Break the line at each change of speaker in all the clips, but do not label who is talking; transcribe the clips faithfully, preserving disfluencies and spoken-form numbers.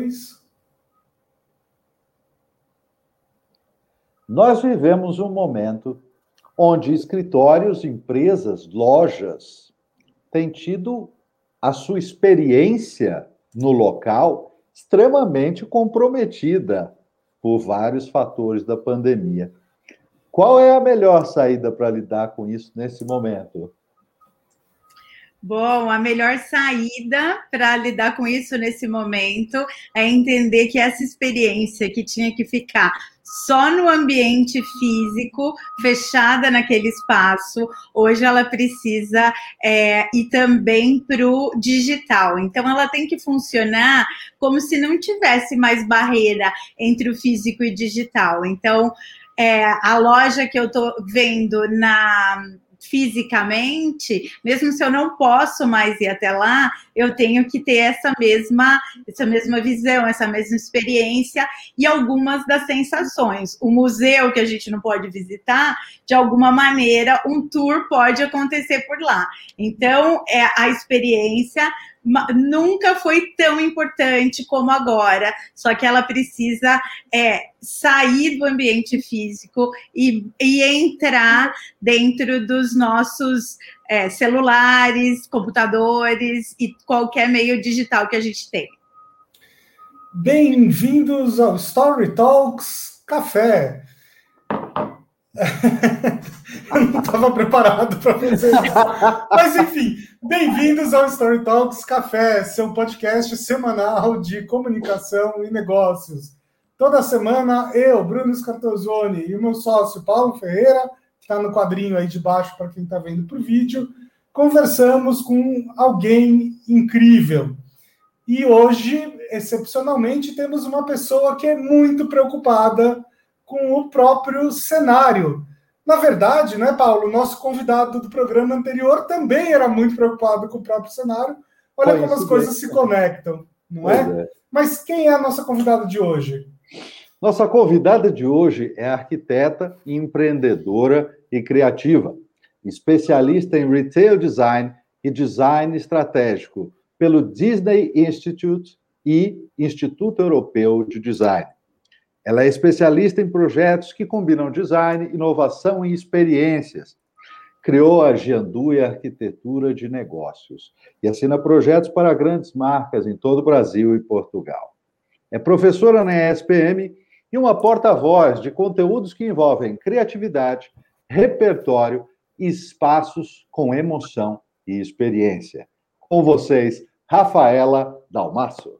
dois.
Nós vivemos um momento onde escritórios, empresas, lojas têm tido a sua experiência no local extremamente comprometida por vários fatores da pandemia. Qual é a melhor saída para lidar com isso nesse momento?
Bom, a melhor saída para lidar com isso nesse momento é entender que essa experiência que tinha que ficar só no ambiente físico, fechada naquele espaço, hoje ela precisa é, ir também para o digital. Então, ela tem que funcionar como se não tivesse mais barreira entre o físico e o digital. Então, é, a loja que eu estou vendo na... fisicamente, mesmo se eu não posso mais ir até lá, eu tenho que ter essa mesma, essa mesma visão, essa mesma experiência e algumas das sensações. O museu que a gente não pode visitar, de alguma maneira, um tour pode acontecer por lá. Então, é, a experiência nunca foi tão importante como agora, só que ela precisa é, sair do ambiente físico e, e entrar dentro dos nossos é, celulares, computadores e qualquer meio digital que a gente tem.
Bem-vindos ao Story Talks Café. Eu não estava preparado para fazer isso. Mas, enfim, bem-vindos ao Story Talks Café, seu podcast semanal de comunicação e negócios. Toda semana, eu, Bruno Scartozoni, e o meu sócio, Paulo Ferreira, que está no quadrinho aí de baixo para quem está vendo por vídeo, conversamos com alguém incrível. E hoje, excepcionalmente, temos uma pessoa que é muito preocupada com o próprio cenário. Na verdade, né, Paulo, o nosso convidado do programa anterior também era muito preocupado com o próprio cenário. Olha como as coisas se conectam, não é? é? Mas quem é a nossa convidada de hoje?
Nossa convidada de hoje é arquiteta, empreendedora e criativa, especialista em retail design e design estratégico pelo Disney Institute e Instituto Europeu de Design. Ela é especialista em projetos que combinam design, inovação e experiências. Criou a Gianduia Arquitetura de Negócios e assina projetos para grandes marcas em todo o Brasil e Portugal. É professora na E S P M e uma porta-voz de conteúdos que envolvem criatividade, repertório e espaços com emoção e experiência. Com vocês, Rafaela Dalmasso.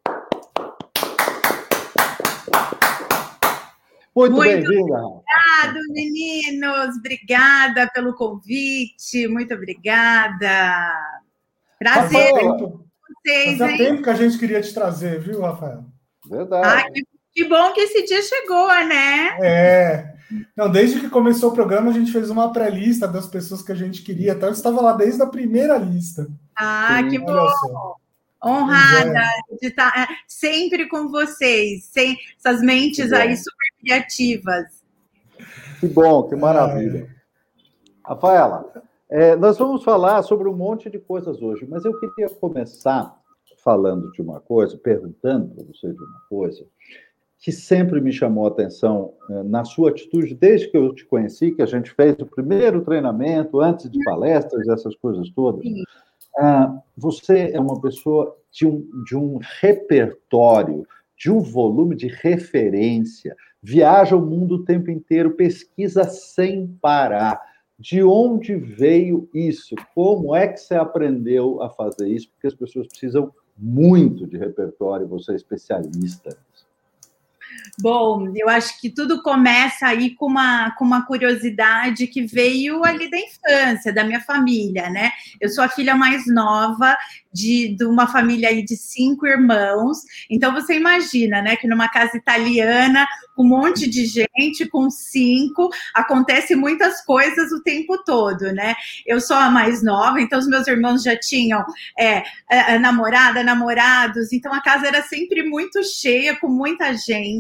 Muito, Muito bem-vinda.
Obrigado, meninos. Obrigada pelo convite. Muito obrigada. Prazer
com vocês, Fazia hein? tempo que a gente queria te trazer, viu, Rafael?
Verdade.
Ai, que, que bom que esse dia chegou, né?
É. Não, desde que começou o programa, a gente fez uma pré-lista das pessoas que a gente queria. Então, eu estava lá desde a primeira lista.
Ah, Sim. que
Olha
bom.
Só.
Honrada é. de estar sempre com vocês, sem essas mentes aí super criativas.
Que bom, que maravilha. É. Rafaela, é, nós vamos falar sobre um monte de coisas hoje, mas eu queria começar falando de uma coisa, perguntando para você de uma coisa, que sempre me chamou a atenção é, na sua atitude, desde que eu te conheci, que a gente fez o primeiro treinamento, antes de palestras, essas coisas todas. Sim. Ah, você é uma pessoa de um, de um repertório, de um volume de referência, viaja o mundo o tempo inteiro, pesquisa sem parar. De onde veio isso? Como é que você aprendeu a fazer isso? Porque as pessoas precisam muito de repertório, você é especialista.
Bom, eu acho que tudo começa aí com uma, com uma curiosidade que veio ali da infância, da minha família, né? Eu sou a filha mais nova de, de uma família aí de cinco irmãos, então você imagina, né, que numa casa italiana, com um monte de gente, com cinco, acontece muitas coisas o tempo todo, né? Eu sou a mais nova, então os meus irmãos já tinham é, é, namorada, namorados, então a casa era sempre muito cheia, com muita gente,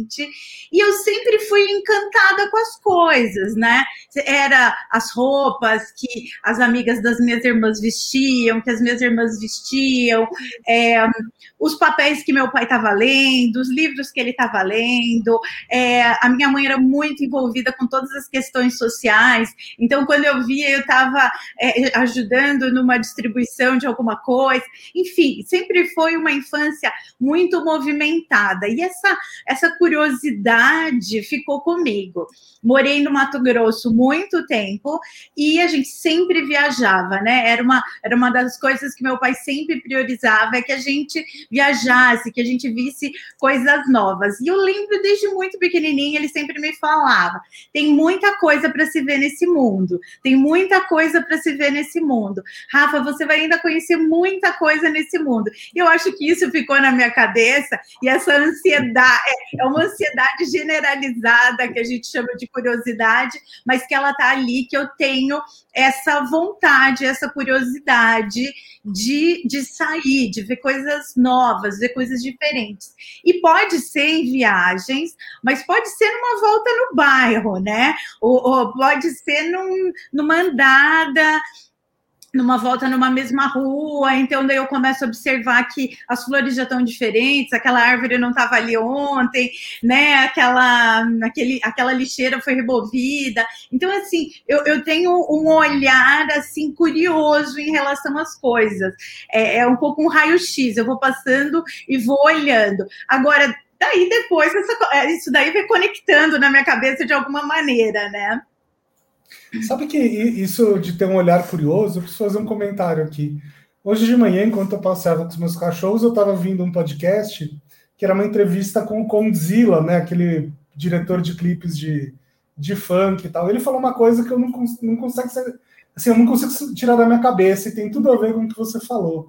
diferente, e eu sempre fui encantada com as coisas, né? Era as roupas que as amigas das minhas irmãs vestiam, que as minhas irmãs vestiam, é, os papéis que meu pai estava lendo, os livros que ele estava lendo. É, a minha mãe era muito envolvida com todas as questões sociais, então quando eu via, eu estava é, ajudando numa distribuição de alguma coisa. Enfim, sempre foi uma infância muito movimentada, e essa, essa curiosidade ficou comigo. Morei no Mato Grosso muito tempo, e a gente sempre viajava, né? Era uma, era uma das coisas que meu pai sempre priorizava, é que a gente viajasse, que a gente visse coisas novas. E eu lembro desde muito pequenininha, ele sempre me falava, tem muita coisa para se ver nesse mundo, tem muita coisa para se ver nesse mundo. Rafa, você vai ainda conhecer muita coisa nesse mundo. E eu acho que isso ficou na minha cabeça, e essa ansiedade, é uma ansiedade generalizada, que a gente chama de curiosidade, mas que ela está ali, que eu tenho essa vontade, essa curiosidade de, de sair, de ver coisas novas, ver coisas diferentes. E pode ser em viagens, mas pode ser numa volta no bairro, né? Ou, ou pode ser num, numa andada, numa volta numa mesma rua, então daí eu começo a observar que as flores já estão diferentes, aquela árvore não estava ali ontem, né, aquela, aquele, aquela lixeira foi removida. Então, assim, eu, eu tenho um olhar, assim, curioso em relação às coisas. É, é um pouco um raio-x, eu vou passando e vou olhando. Agora, daí depois, essa, isso daí vai conectando na minha cabeça de alguma maneira, né?
Sabe que isso de ter um olhar curioso, eu preciso fazer um comentário aqui. Hoje de manhã, enquanto eu passeava com os meus cachorros, eu estava ouvindo um podcast que era uma entrevista com o Condzilla, né, aquele diretor de clipes de, de funk e tal. Ele falou uma coisa que eu não, não consigo assim, eu não consigo tirar da minha cabeça, e tem tudo a ver com o que você falou.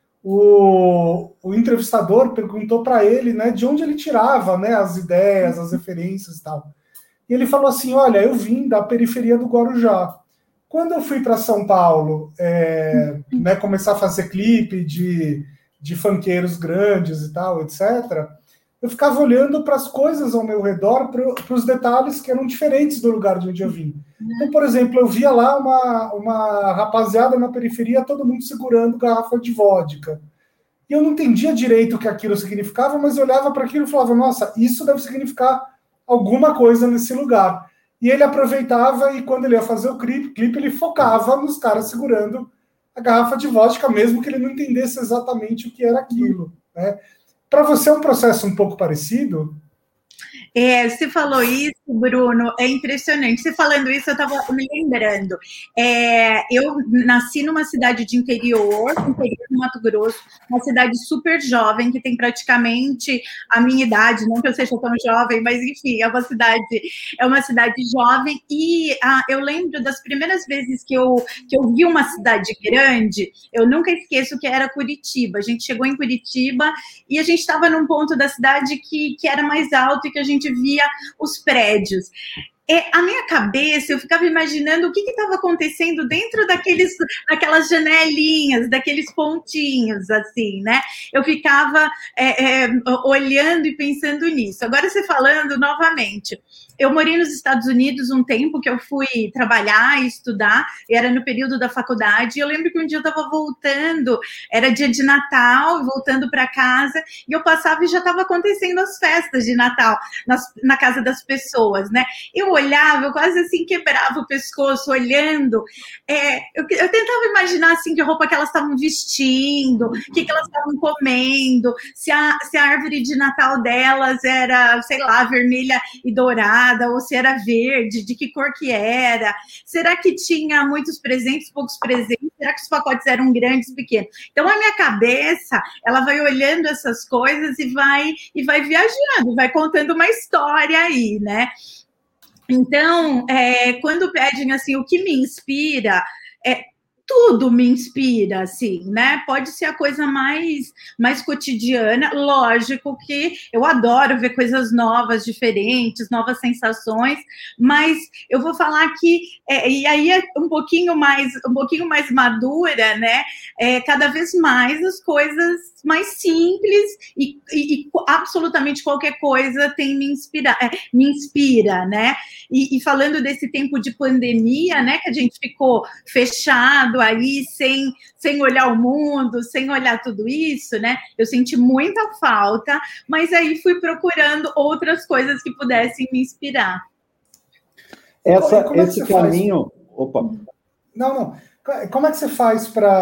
O, o entrevistador perguntou para ele, né, de onde ele tirava, né, as ideias, as referências e tal. E ele falou assim, olha, eu vim da periferia do Guarujá. Quando eu fui para São Paulo, é, né, começar a fazer clipe de, de funkeiros grandes e tal, etcétera, eu ficava olhando para as coisas ao meu redor, para os detalhes que eram diferentes do lugar de onde eu vim. Então, por exemplo, eu via lá uma, uma rapaziada na periferia, todo mundo segurando garrafa de vodka. E eu não entendia direito o que aquilo significava, mas eu olhava para aquilo e falava, nossa, isso deve significar alguma coisa nesse lugar. E ele aproveitava, e quando ele ia fazer o clipe, clipe ele focava nos caras segurando a garrafa de vodka, mesmo que ele não entendesse exatamente o que era aquilo, né? Para você é um processo um pouco parecido?
É, você falou isso, Bruno, é impressionante. Você falando isso, eu estava me lembrando. É, eu nasci numa cidade de interior, interior do Mato Grosso, uma cidade super jovem, que tem praticamente a minha idade, não que eu seja tão jovem, mas enfim, é uma cidade, é uma cidade jovem, e ah, eu lembro das primeiras vezes que eu, que eu vi uma cidade grande, eu nunca esqueço que era Curitiba. A gente chegou em Curitiba e a gente estava num ponto da cidade que, que era mais alto e que a gente via os prédios. E a minha cabeça, eu ficava imaginando o que estava acontecendo dentro daqueles, daquelas janelinhas, daqueles pontinhos, assim, né? Eu ficava é, é, olhando e pensando nisso. Agora, você falando novamente, eu morei nos Estados Unidos um tempo, que eu fui trabalhar e estudar, e era no período da faculdade, e eu lembro que um dia eu estava voltando, era dia de Natal, voltando para casa, e eu passava e já estava acontecendo as festas de Natal nas, na casa das pessoas, né? Eu olhava, eu quase assim quebrava o pescoço olhando. É, eu, eu tentava imaginar assim que roupa que elas estavam vestindo, o que, que elas estavam comendo, se a, se a árvore de Natal delas era, sei lá, vermelha e dourada, ou se era verde, de que cor que era. Será que tinha muitos presentes, poucos presentes? Será que os pacotes eram grandes, pequenos? Então a minha cabeça, ela vai olhando essas coisas e vai, e vai viajando, vai contando uma história aí, né? Então, é, quando pedem assim, o que me inspira, é, tudo me inspira, assim, né? Pode ser a coisa mais, mais cotidiana. Lógico que eu adoro ver coisas novas, diferentes, novas sensações, mas eu vou falar que, é, e aí é um pouquinho mais, um pouquinho mais madura, né? É, cada vez mais as coisas mais simples e, e, e absolutamente qualquer coisa tem me inspira, é, me inspira, né? E, e falando desse tempo de pandemia, né? Que a gente ficou fechado aí, sem, sem olhar o mundo, sem olhar tudo isso, né? Eu senti muita falta, mas aí fui procurando outras coisas que pudessem me inspirar.
Essa, é esse caminho... Faz? Opa!
Não, não. Como é que você faz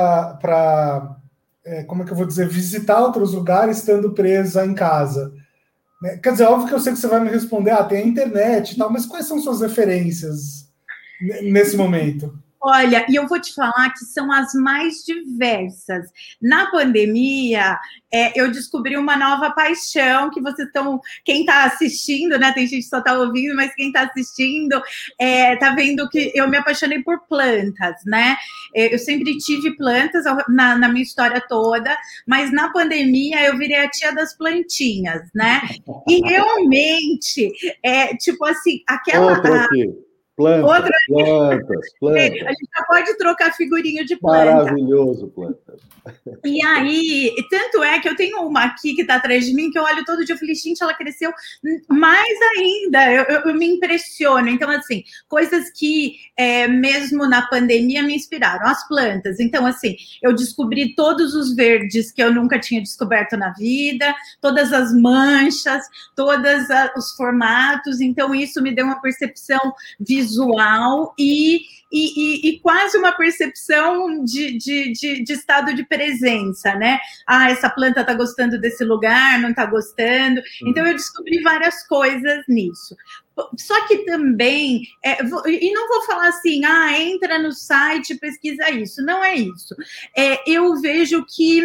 para, é, como é que eu vou dizer, visitar outros lugares estando presa em casa? Quer dizer, óbvio que eu sei que você vai me responder, ah, tem a internet e tal, mas quais são suas referências nesse momento?
Olha, e eu vou te falar que são as mais diversas. Na pandemia, é, eu descobri uma nova paixão que vocês estão... Quem está assistindo, né? Tem gente que só está ouvindo, mas quem está assistindo está é, vendo que eu me apaixonei por plantas, né? Eu sempre tive plantas na, na minha história toda, mas na pandemia eu virei a tia das plantinhas, né? E realmente, é, tipo assim, aquela...
Outro aqui. Plantas, Outra... plantas, plantas.
A gente já pode trocar figurinho de planta.
Maravilhoso, plantas.
E aí, tanto é que eu tenho uma aqui que está atrás de mim, que eu olho todo dia e falei, gente, ela cresceu mais ainda, eu, eu, eu me impressiono. Então, assim, coisas que é, mesmo na pandemia me inspiraram, as plantas. Então, assim, eu descobri todos os verdes que eu nunca tinha descoberto na vida, todas as manchas, todos os formatos, então isso me deu uma percepção visual visual e, e, e, e quase uma percepção de, de, de, de estado de presença, né? Ah, essa planta está gostando desse lugar, não está gostando. Então, eu descobri várias coisas nisso. Só que também, é, e não vou falar assim, ah, entra no site e pesquisa isso, não é isso. É, eu vejo que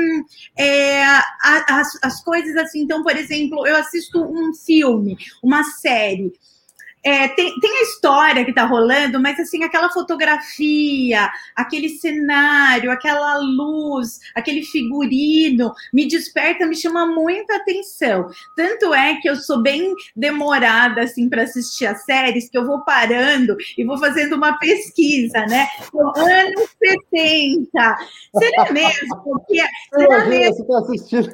é, as, as coisas assim, então, por exemplo, eu assisto um filme, uma série, É, tem, tem a história que tá rolando, mas assim, aquela fotografia, aquele cenário, aquela luz, aquele figurino, me desperta, me chama muita atenção. Tanto é que eu sou bem demorada, assim, para assistir as séries, que eu vou parando e vou fazendo uma pesquisa, né? No anos setenta. Será mesmo? Porque, será mesmo?
Você tá assistindo,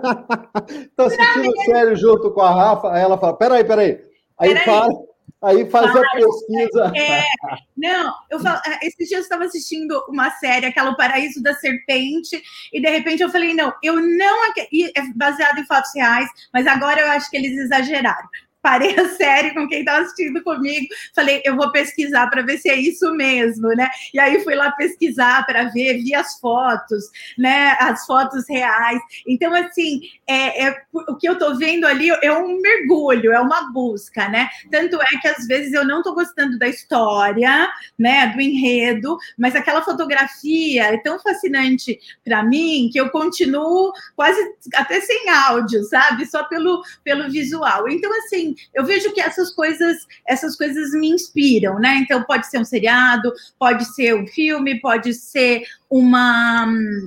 tá assistindo série junto com a Rafa, aí ela fala, peraí, peraí. Aí peraí. para... Aí faz a pesquisa.
É, não, eu falo, esses dias eu estava assistindo uma série, aquela O Paraíso da Serpente, e de repente eu falei, não, eu não... É baseado em fatos reais, mas agora eu acho que eles exageraram. Parei a série com quem estava assistindo comigo, falei, eu vou pesquisar para ver se é isso mesmo, né? E aí fui lá pesquisar para ver, vi as fotos, né? As fotos reais. Então, assim, é, é, o que eu estou vendo ali é um mergulho, é uma busca, né? Tanto é que às vezes eu não estou gostando da história, né? Do enredo, mas aquela fotografia é tão fascinante para mim que eu continuo quase até sem áudio, sabe? Só pelo, pelo visual. Então, assim, eu vejo que essas coisas, essas coisas me inspiram, né? Então, pode ser um seriado, pode ser um filme, pode ser uma...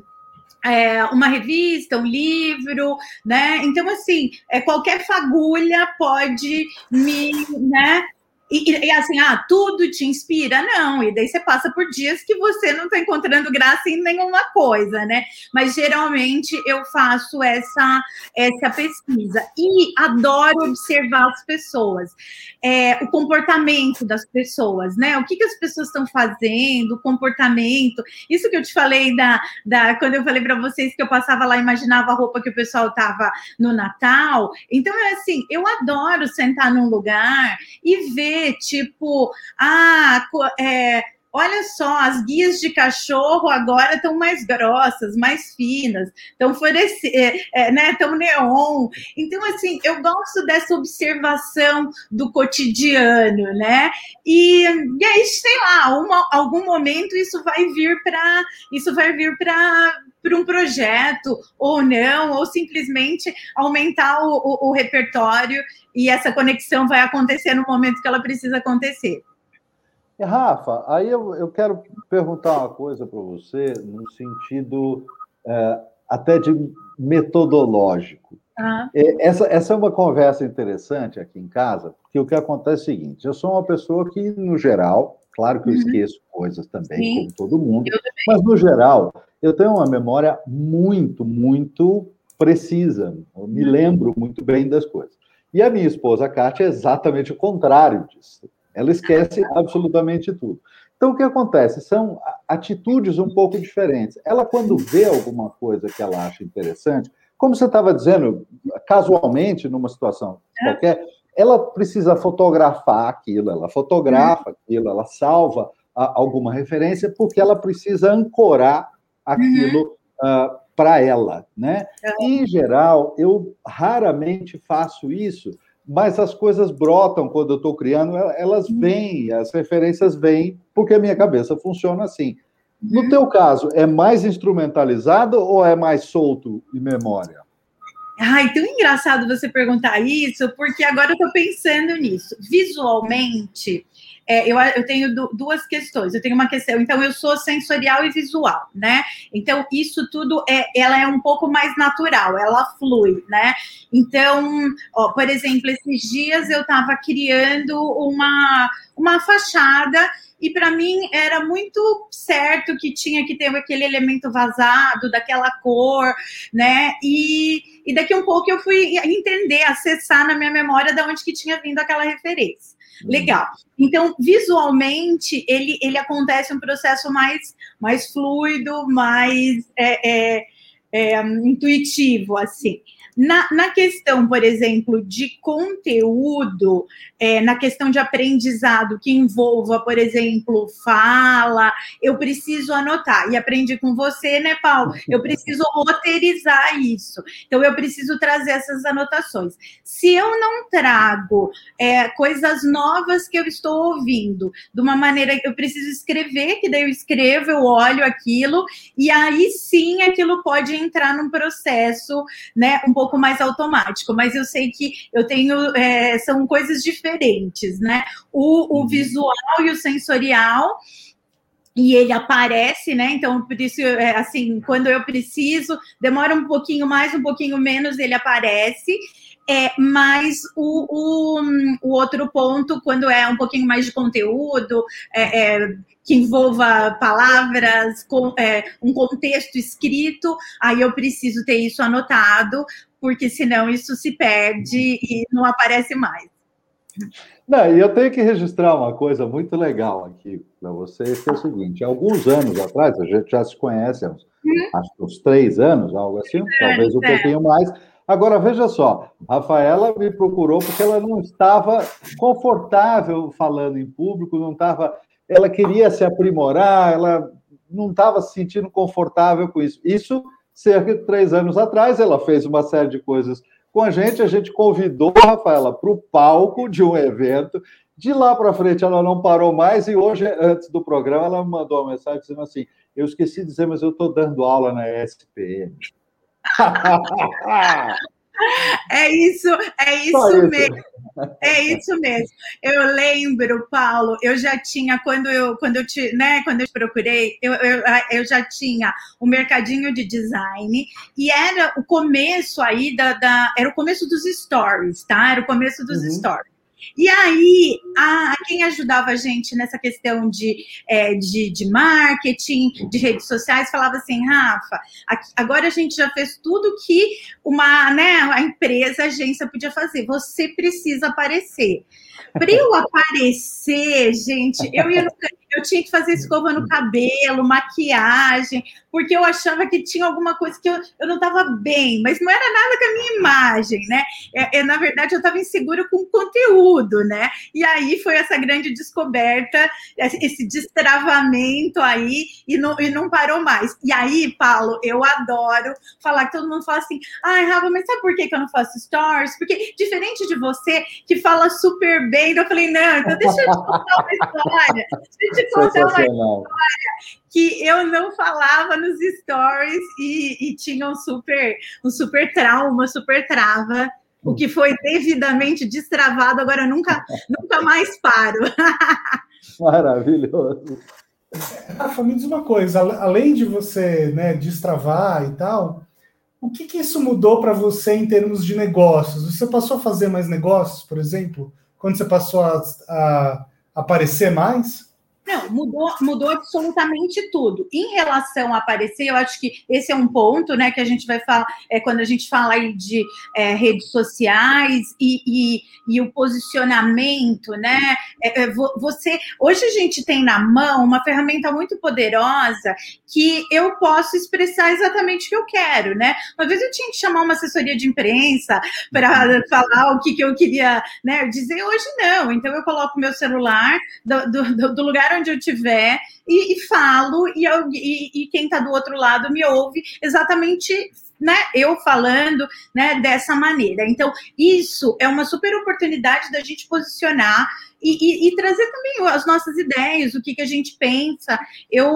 É, uma revista, um livro, né? Então, assim, é, qualquer fagulha pode me, né? E, e, e assim, ah, tudo te inspira? Não, e daí você passa por dias que você não está encontrando graça em nenhuma coisa, né? Mas geralmente eu faço essa, essa pesquisa e adoro observar as pessoas, é, o comportamento das pessoas, né? O que, que as pessoas estão fazendo, o comportamento. Isso que eu te falei da, da quando eu falei para vocês que eu passava lá e imaginava a roupa que o pessoal tava no Natal. Então, é assim, eu adoro sentar num lugar e ver tipo, ah, é, olha só, as guias de cachorro agora estão mais grossas, mais finas, estão é, é, né, tão neon. Então, assim, eu gosto dessa observação do cotidiano, né? E, e aí, sei lá, uma, algum momento isso vai vir para isso vai vir para para um projeto, ou não, ou simplesmente aumentar o, o, o repertório e essa conexão vai acontecer no momento que ela precisa acontecer.
E, Rafa, aí eu, eu quero perguntar uma coisa para você, no sentido é, até de metodológico.
Ah.
É, essa, essa é uma conversa interessante aqui em casa, porque o que acontece é o seguinte: eu sou uma pessoa que, no geral, claro que eu esqueço uhum. coisas também, Sim. como todo mundo, mas, no geral, eu tenho uma memória muito, muito precisa, eu me lembro muito bem das coisas. E a minha esposa, a Kátia, é exatamente o contrário disso. Ela esquece absolutamente tudo. Então, o que acontece? São atitudes um pouco diferentes. Ela, quando vê alguma coisa que ela acha interessante, como você estava dizendo, casualmente, numa situação qualquer, ela precisa fotografar aquilo, ela fotografa aquilo, ela salva a, alguma referência, porque ela precisa ancorar aquilo uh, para ela, né? E, em geral, eu raramente faço isso, mas as coisas brotam quando eu estou criando, elas vêm, as referências vêm, porque a minha cabeça funciona assim. No teu caso, é mais instrumentalizado ou é mais solto em memória?
Ai, tão engraçado você perguntar isso, porque agora eu estou pensando nisso. Visualmente, é, eu, eu tenho du, duas questões. Eu tenho uma questão, então eu sou sensorial e visual, né? Então, isso tudo, é, ela é um pouco mais natural, ela flui, né? Então, ó, por exemplo, esses dias eu estava criando uma, uma fachada. E para mim era muito certo que tinha que ter aquele elemento vazado, daquela cor, né? E, e daqui um pouco eu fui entender, acessar na minha memória de onde que tinha vindo aquela referência. Legal. Então, visualmente, ele, ele acontece um processo mais, mais fluido, mais é, é, é, intuitivo, assim. Na, na questão, por exemplo, de conteúdo, é, na questão de aprendizado que envolva, por exemplo, fala, eu preciso anotar. E aprendi com você, né, Paulo? Eu preciso roteirizar isso. Então, eu preciso trazer essas anotações. Se eu não trago é, coisas novas que eu estou ouvindo, de uma maneira que eu preciso escrever, que daí eu escrevo, eu olho aquilo, e aí sim aquilo pode entrar num processo, né, um pouco pouco mais automático, mas eu sei que eu tenho, é, são coisas diferentes, né? O, o visual e o sensorial, e ele aparece, né? Então, por isso, é, assim, quando eu preciso, demora um pouquinho mais, um pouquinho menos, ele aparece. É, mas o, o, o outro ponto, quando é um pouquinho mais de conteúdo, é, é, que envolva palavras, com, é, um contexto escrito, aí eu preciso ter isso anotado, porque senão isso se perde e não aparece mais.
Não, e eu tenho que registrar uma coisa muito legal aqui para vocês, que é o seguinte: alguns anos atrás, a gente já se conhece, uns, hum? acho que uns três anos, algo assim, é, talvez um é. pouquinho mais. Agora, veja só, a Rafaela me procurou porque ela não estava confortável falando em público, não estava, ela queria se aprimorar, ela não estava se sentindo confortável com isso. Isso, cerca de três anos atrás, ela fez uma série de coisas com a gente, a gente convidou a Rafaela para o palco de um evento, de lá para frente ela não parou mais, e hoje, antes do programa, ela me mandou uma mensagem dizendo assim: eu esqueci de dizer, mas eu estou dando aula na E S P M.
É isso, é isso, isso mesmo. É isso mesmo. Eu lembro, Paulo, eu já tinha, quando eu, quando eu, te, né, quando eu te procurei, eu, eu, eu já tinha o mercadinho de design, e era o começo aí da, da era o começo dos stories, tá? Era o começo dos uhum. stories. E aí, a, a quem ajudava a gente nessa questão de, é, de, de marketing, de redes sociais, falava assim: Rafa, aqui, agora a gente já fez tudo que uma, né, a empresa, a agência podia fazer. Você precisa aparecer. Para eu aparecer, gente, eu, ia no, eu tinha que fazer escova no cabelo, maquiagem, porque eu achava que tinha alguma coisa que eu, eu não estava bem, mas não era nada com a minha imagem, né? É, é, na verdade, eu estava insegura com o conteúdo, né? E aí foi essa grande descoberta, esse destravamento aí, e não, e não parou mais. E aí, Paulo, eu adoro falar, que todo mundo fala assim: ai, Rafa, mas sabe por que eu não faço stories? Porque, diferente de você, que fala super bem, eu falei: não, então deixa eu te contar uma história. Deixa eu te contar uma história que eu não falava nos stories e, e tinha um super, um super trauma, super trava, o que foi devidamente destravado, agora eu nunca, nunca mais paro.
Maravilhoso.
Rafa, me diz uma coisa, além de você, né, destravar e tal, o que, que isso mudou para você em termos de negócios? Você passou a fazer mais negócios, por exemplo, quando você passou a, a aparecer mais?
Não, mudou, mudou absolutamente tudo. Em relação a aparecer, eu acho que esse é um ponto, né, que a gente vai falar, é, quando a gente fala aí de é, redes sociais e, e, e o posicionamento, né, é, você, hoje a gente tem na mão uma ferramenta muito poderosa que eu posso expressar exatamente o que eu quero, né, uma vez eu tinha que chamar uma assessoria de imprensa para falar o que, que eu queria, né, dizer, hoje não, então eu coloco meu celular do, do, do lugar onde eu estiver e, e falo, e, eu, e, e quem está do outro lado me ouve exatamente, né, eu falando, né, dessa maneira. Então, isso é uma super oportunidade da gente posicionar e, e, e trazer também as nossas ideias, o que, que a gente pensa. Eu,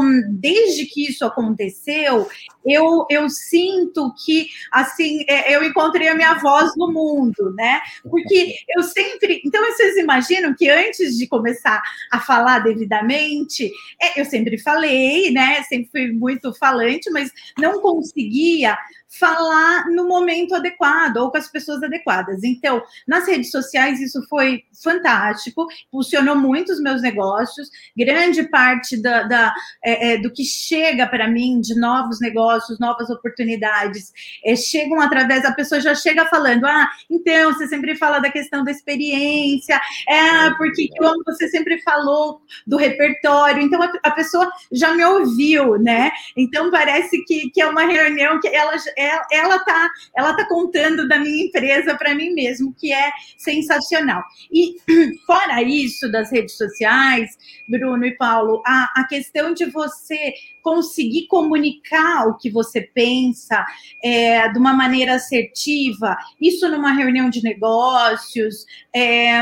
desde que isso aconteceu, eu, eu sinto que, assim, eu encontrei a minha voz no mundo, né? Porque eu sempre... Então, vocês imaginam que antes de começar a falar devidamente, eu sempre falei, né? Sempre fui muito falante, mas não conseguia falar no momento adequado ou com as pessoas adequadas. Então, nas redes sociais, isso foi fantástico, impulsionou muito os meus negócios, grande parte da, da, é, é, do que chega para mim de novos negócios, novas oportunidades, é, chegam através, a pessoa já chega falando, ah, então, você sempre fala da questão da experiência, é, porque você sempre falou do repertório, então a, a pessoa já me ouviu, né? Então, parece que, que é uma reunião que ela ela tá, ela tá contando da minha empresa para mim mesmo, que é sensacional. E fora isso das redes sociais, Bruno e Paulo, a, a questão de você conseguir comunicar o que você pensa é, de uma maneira assertiva, isso numa reunião de negócios, é,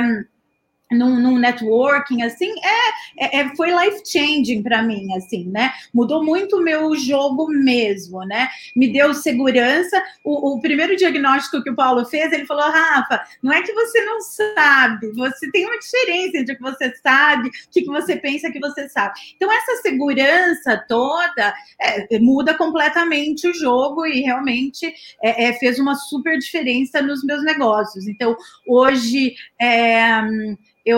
Num, num networking, assim, é, é, foi life-changing para mim, assim, né? Mudou muito o meu jogo mesmo, né? Me deu segurança. O, o primeiro diagnóstico que o Paulo fez, ele falou, Rafa, não é que você não sabe, você tem uma diferença entre o que você sabe, o que você pensa que você sabe. Então, essa segurança toda é, muda completamente o jogo e realmente é, é, fez uma super diferença nos meus negócios. Então, hoje... É, eu,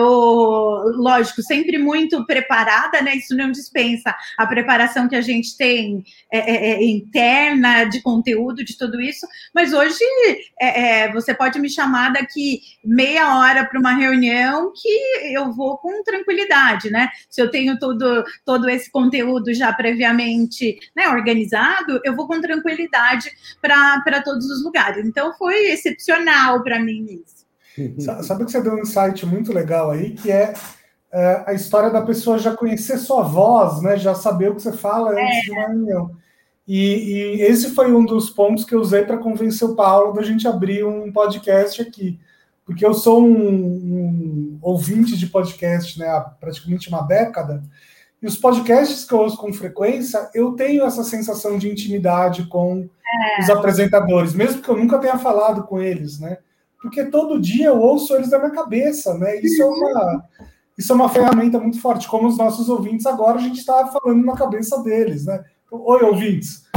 lógico, sempre muito preparada, né? Isso não dispensa a preparação que a gente tem é, é, interna, de conteúdo, de tudo isso, mas hoje é, é, você pode me chamar daqui meia hora para uma reunião que eu vou com tranquilidade, né? Se eu tenho todo, todo esse conteúdo já previamente, né, organizado, eu vou com tranquilidade para todos os lugares. Então, foi excepcional para mim isso.
Sabe que você deu um insight muito legal aí, que é, é a história da pessoa já conhecer sua voz, né? Já saber o que você fala antes é. de uma reunião. E, e esse foi um dos pontos que eu usei para convencer o Paulo da gente abrir um podcast aqui. Porque eu sou um, um ouvinte de podcast, né, há praticamente uma década, e os podcasts que eu ouço com frequência, eu tenho essa sensação de intimidade com é. os apresentadores, mesmo que eu nunca tenha falado com eles, né? Porque todo dia eu ouço eles na minha cabeça, né? Isso é uma, isso é uma ferramenta muito forte. Como os nossos ouvintes agora, a gente está falando na cabeça deles, né? Oi, ouvintes.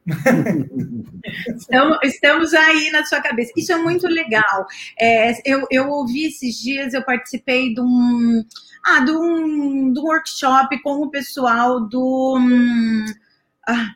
Então, estamos aí na sua cabeça. Isso é muito legal. É, eu, eu ouvi esses dias, eu participei de um, ah, de um, de um workshop com o pessoal do... Um, ah,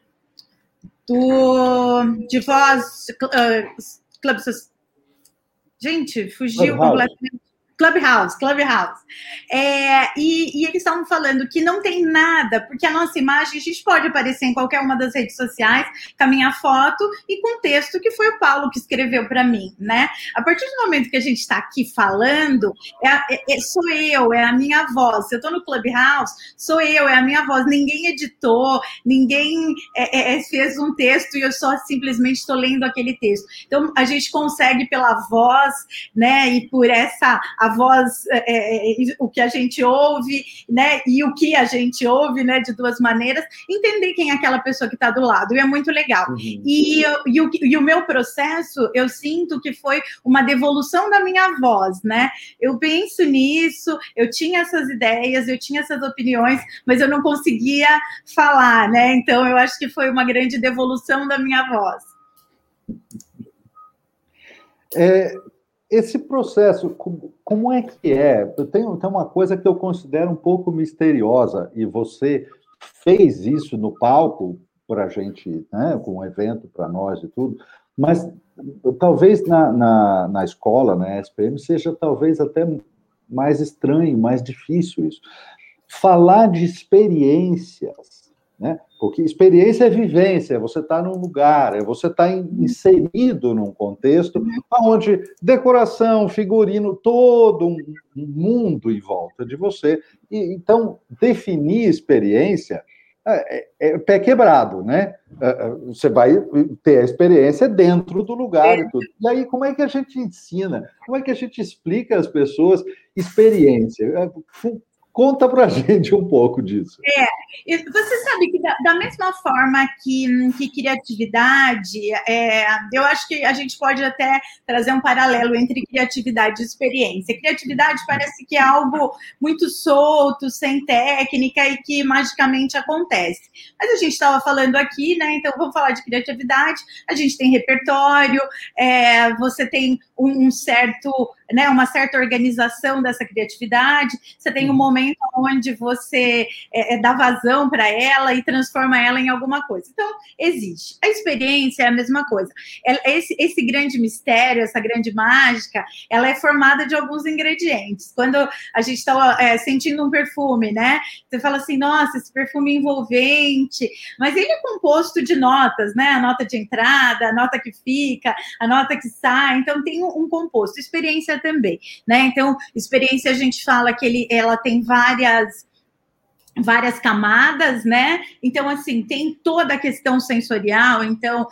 do de voz... Uh, Club Gente, fugiu
Clubhouse.
completamente. Clubhouse, Clubhouse. É, e, e eles estavam falando que não tem nada, porque a nossa imagem, a gente pode aparecer em qualquer uma das redes sociais, com a minha foto e com o texto que foi o Paulo que escreveu para mim, né? A partir do momento que a gente está aqui falando, é, é, sou eu, é a minha voz. Se eu estou no Clubhouse, sou eu, é a minha voz. Ninguém editou, ninguém é, é, fez um texto e eu só simplesmente estou lendo aquele texto. Então, a gente consegue pela voz, né, e por essa a voz, é, é, o que a gente ouve, né, e o que a gente ouve, né, de duas maneiras, entender quem é aquela pessoa que está do lado, e é muito legal. Uhum. E, e, o, e o meu processo, eu sinto que foi uma devolução da minha voz, né? Eu penso nisso, eu tinha essas ideias, eu tinha essas opiniões, mas eu não conseguia falar, né? Então, eu acho que foi uma grande devolução da minha voz.
É, esse processo, como, como é que é? Eu tenho, tem uma coisa que eu considero um pouco misteriosa, e você fez isso no palco para a gente, né, com um evento para nós e tudo, mas talvez na, na, na escola, na S P M, seja talvez até mais estranho, mais difícil isso. Falar de experiências, né? Porque experiência é vivência, você está num lugar, você está inserido num contexto onde decoração, figurino, todo um mundo em volta de você. E, então, definir experiência é, é pé quebrado, né? Você vai ter a experiência dentro do lugar e tudo. E aí, como é que a gente ensina? Como é que a gente explica às pessoas experiência? Conta pra gente um pouco disso.
É, você sabe que da, da mesma forma que, que criatividade, é, eu acho que a gente pode até trazer um paralelo entre criatividade e experiência. Criatividade parece que é algo muito solto, sem técnica e que magicamente acontece. Mas a gente estava falando aqui, né? Então vamos falar de criatividade. A gente tem repertório, é, você tem um, um certo, né, uma certa organização dessa criatividade, você tem um momento onde você é, é, dá vazão para ela e transforma ela em alguma coisa. Então, existe. A experiência é a mesma coisa. Esse, esse grande mistério, essa grande mágica, ela é formada de alguns ingredientes. Quando a gente está é, sentindo um perfume, né? Você fala assim, nossa, esse perfume envolvente, mas ele é composto de notas, né? A nota de entrada, a nota que fica, a nota que sai. Então, tem um, um composto. Experiência também, né? Então, experiência a gente fala que ele, ela tem várias, várias camadas, né? Então, assim, tem toda a questão sensorial, então,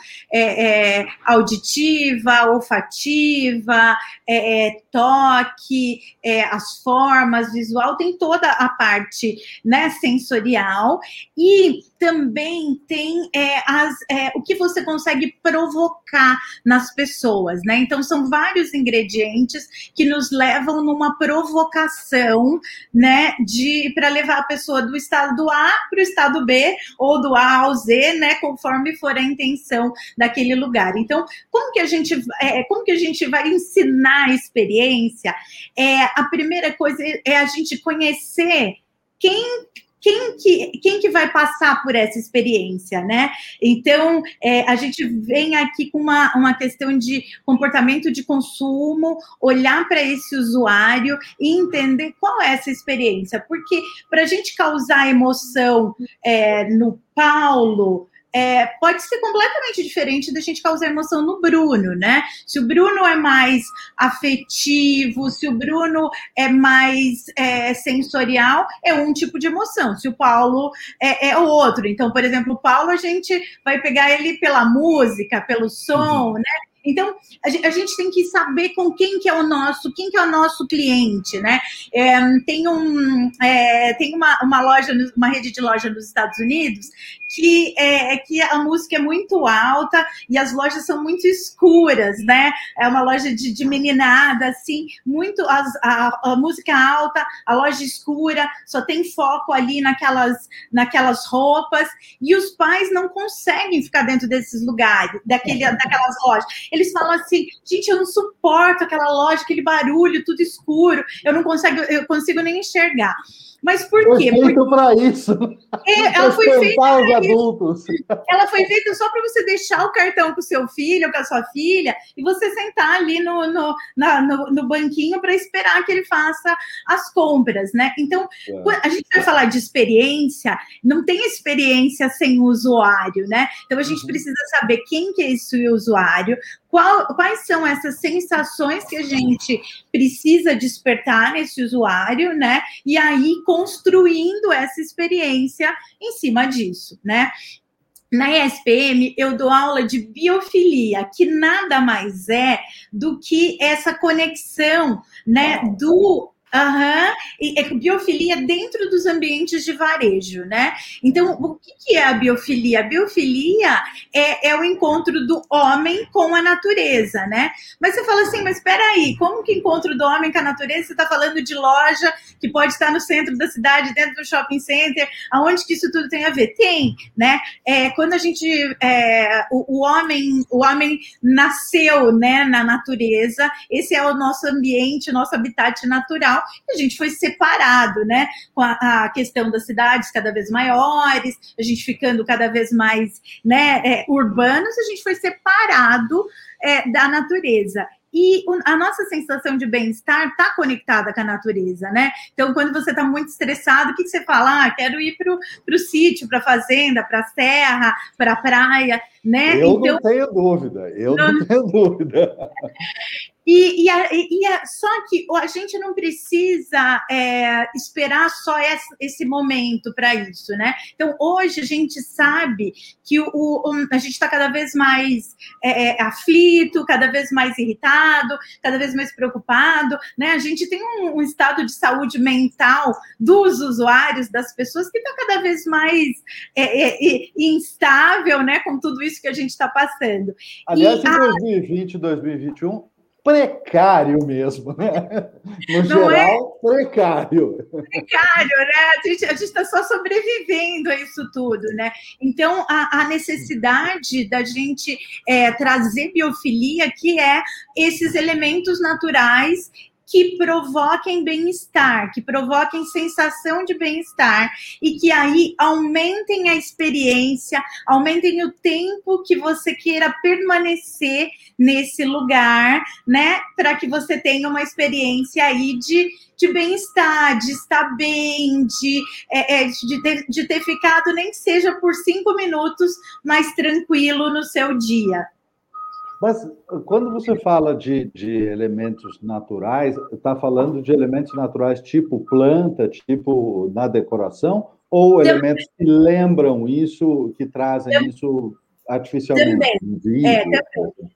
é, é, auditiva, olfativa, é, é, toque, é, as formas, visual, tem toda a parte, né, sensorial, e também tem é, as, é, o que você consegue provocar nas pessoas, né? Então, são vários ingredientes que nos levam numa provocação, né, de para levar a pessoa do estado A para o estado B, ou do A ao Z, né, conforme for a intenção daquele lugar. Então, como que a gente, é, como que a gente vai ensinar a experiência? É, a primeira coisa é a gente conhecer quem Quem que, quem que vai passar por essa experiência, né? Então, é, a gente vem aqui com uma, uma questão de comportamento de consumo, olhar para esse usuário e entender qual é essa experiência. Porque para a gente causar emoção é, no Paulo, É, pode ser completamente diferente da gente causar emoção no Bruno, né? Se o Bruno é mais afetivo, se o Bruno é mais é, sensorial, é um tipo de emoção. Se o Paulo é, é outro. Então, por exemplo, o Paulo, a gente vai pegar ele pela música, pelo som, uhum. né? Então, a gente, a gente tem que saber com quem que é o nosso, quem que é o nosso cliente, né? É, tem um, é, tem uma, uma loja, uma rede de loja nos Estados Unidos que, é, que a música é muito alta e as lojas são muito escuras, né? É uma loja de, de meninada, assim, muito as, a, a música alta, a loja escura, só tem foco ali naquelas, naquelas roupas, e os pais não conseguem ficar dentro desses lugares, daquele, daquelas lojas. Eles falam assim, gente, eu não suporto aquela loja, aquele barulho, tudo escuro, eu não consigo, eu consigo nem enxergar. Mas por
foi
quê?
Foi feito para isso.
É, ela foi feita
para adultos.
Ela foi feita só para você deixar o cartão com o seu filho ou com a sua filha e você sentar ali no, no, na, no, no banquinho para esperar que ele faça as compras, né? Então, é. a gente vai falar de experiência, não tem experiência sem o usuário, né? Então, a gente uhum. precisa saber quem que é esse usuário, Qual, quais são essas sensações que a gente precisa despertar nesse usuário, né? E aí construindo essa experiência em cima disso, né? Na E S P M, eu dou aula de biofilia, que nada mais é do que essa conexão, né, do... Uhum. E é biofilia dentro dos ambientes de varejo, né? Então, o que é a biofilia? A biofilia é, é o encontro do homem com a natureza, né? Mas você fala assim, mas espera aí, como que encontro do homem com a natureza? Você está falando de loja que pode estar no centro da cidade, dentro do shopping center, aonde que isso tudo tem a ver? Tem, né? É, quando a gente, é, o, o homem, o homem nasceu, né, na natureza, esse é o nosso ambiente, o nosso habitat natural. A gente foi separado, né, com a, a questão das cidades cada vez maiores, a gente ficando cada vez mais, né, é, urbanos, a gente foi separado é, da natureza. E a nossa sensação de bem-estar está conectada com a natureza, né? Então, quando você está muito estressado, o que, que você fala? Ah, quero ir para o sítio, para a fazenda, para a serra, para a praia, né?
Eu
então,
não tenho dúvida, eu não, não tenho dúvida.
E, e, a, e a, só que a gente não precisa é, esperar só esse, esse momento para isso, né? Então, hoje a gente sabe que o, o, a gente está cada vez mais é, é, aflito, cada vez mais irritado, cada vez mais preocupado, né? A gente tem um, um estado de saúde mental dos usuários, das pessoas, que está cada vez mais é, é, instável, né? Com tudo isso que a gente está passando.
Aliás,
e,
em dois mil e vinte, dois mil e vinte e um... precário mesmo, né? No
Não
geral,
é?
precário.
Precário, né? A gente está só sobrevivendo a isso tudo, né? Então, a, a necessidade da gente é, trazer biofilia, que é esses elementos naturais que provoquem bem-estar, que provoquem sensação de bem-estar e que aí aumentem a experiência, aumentem o tempo que você queira permanecer nesse lugar, né? Para que você tenha uma experiência aí de, de bem-estar, de estar bem, de, é, é, de, ter, de ter ficado, nem que seja por cinco minutos, mais tranquilo no seu dia.
Mas quando você fala de, de elementos naturais, está falando de elementos naturais tipo planta, tipo na decoração, ou elementos que lembram isso, que trazem isso artificialmente?
Também.
Vídeo,
é, também.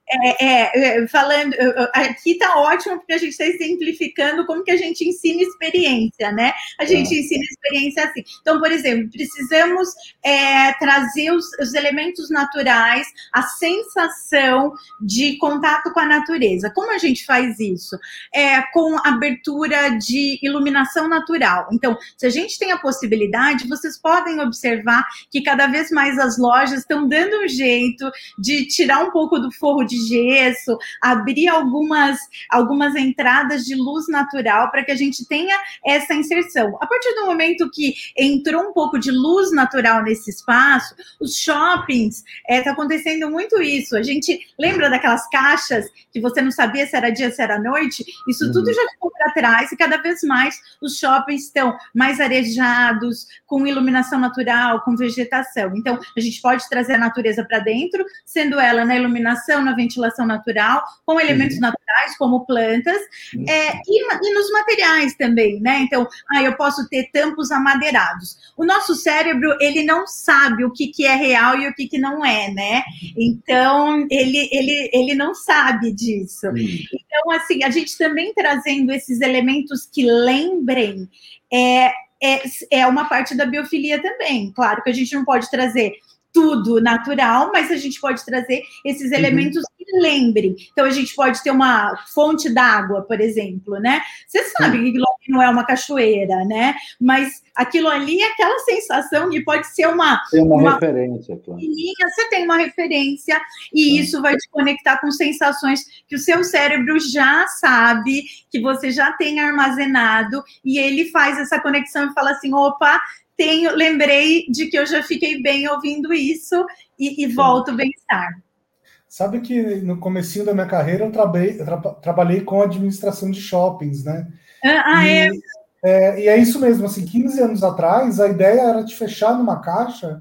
É, é, falando, aqui está ótimo, porque a gente está exemplificando como que a gente ensina experiência, né? A gente é. ensina experiência assim. Então, por exemplo, precisamos é, trazer os, os elementos naturais, a sensação de contato com a natureza. Como a gente faz isso? É, com abertura de iluminação natural. Então, se a gente tem a possibilidade, vocês podem observar que cada vez mais as lojas estão dando um jeito de tirar um pouco do forro de gesso, abrir algumas, algumas entradas de luz natural para que a gente tenha essa inserção. A partir do momento que entrou um pouco de luz natural nesse espaço, os shoppings, está é, acontecendo muito isso. A gente lembra daquelas caixas que você não sabia se era dia, se era noite? Isso uhum. tudo já ficou para trás e cada vez mais os shoppings estão mais arejados, com iluminação natural, com vegetação. Então, a gente pode trazer a natureza para dentro, sendo ela na iluminação, na ventilação natural, com elementos uhum. naturais, como plantas, uhum. é, e, e nos materiais também, né? Então, ah, eu posso ter tampos amadeirados. O nosso cérebro, ele não sabe o que, que é real e o que, que não é, né? Então, ele, ele, ele não sabe disso. Uhum. Então, assim, a gente também trazendo esses elementos que lembrem, é, é, é uma parte da biofilia também. Claro que a gente não pode trazer tudo natural, mas a gente pode trazer esses elementos uhum. que lembrem. Então, a gente pode ter uma fonte d'água, por exemplo, né? Você sabe que aquilo ali não é uma cachoeira, né? Mas aquilo ali é aquela sensação que pode ser uma...
Tem uma, uma referência, claro.
Você tem uma referência e é. isso vai te conectar com sensações que o seu cérebro já sabe, que você já tem armazenado, e ele faz essa conexão e fala assim, opa, tenho, lembrei de que eu já fiquei bem ouvindo isso e, e volto bem-estar.
Sabe que no comecinho da minha carreira eu trabalhei, tra trabalhei com administração de shoppings, né?
Ah,
e,
é?
é? E é isso mesmo, assim, quinze anos atrás, a ideia era te fechar numa caixa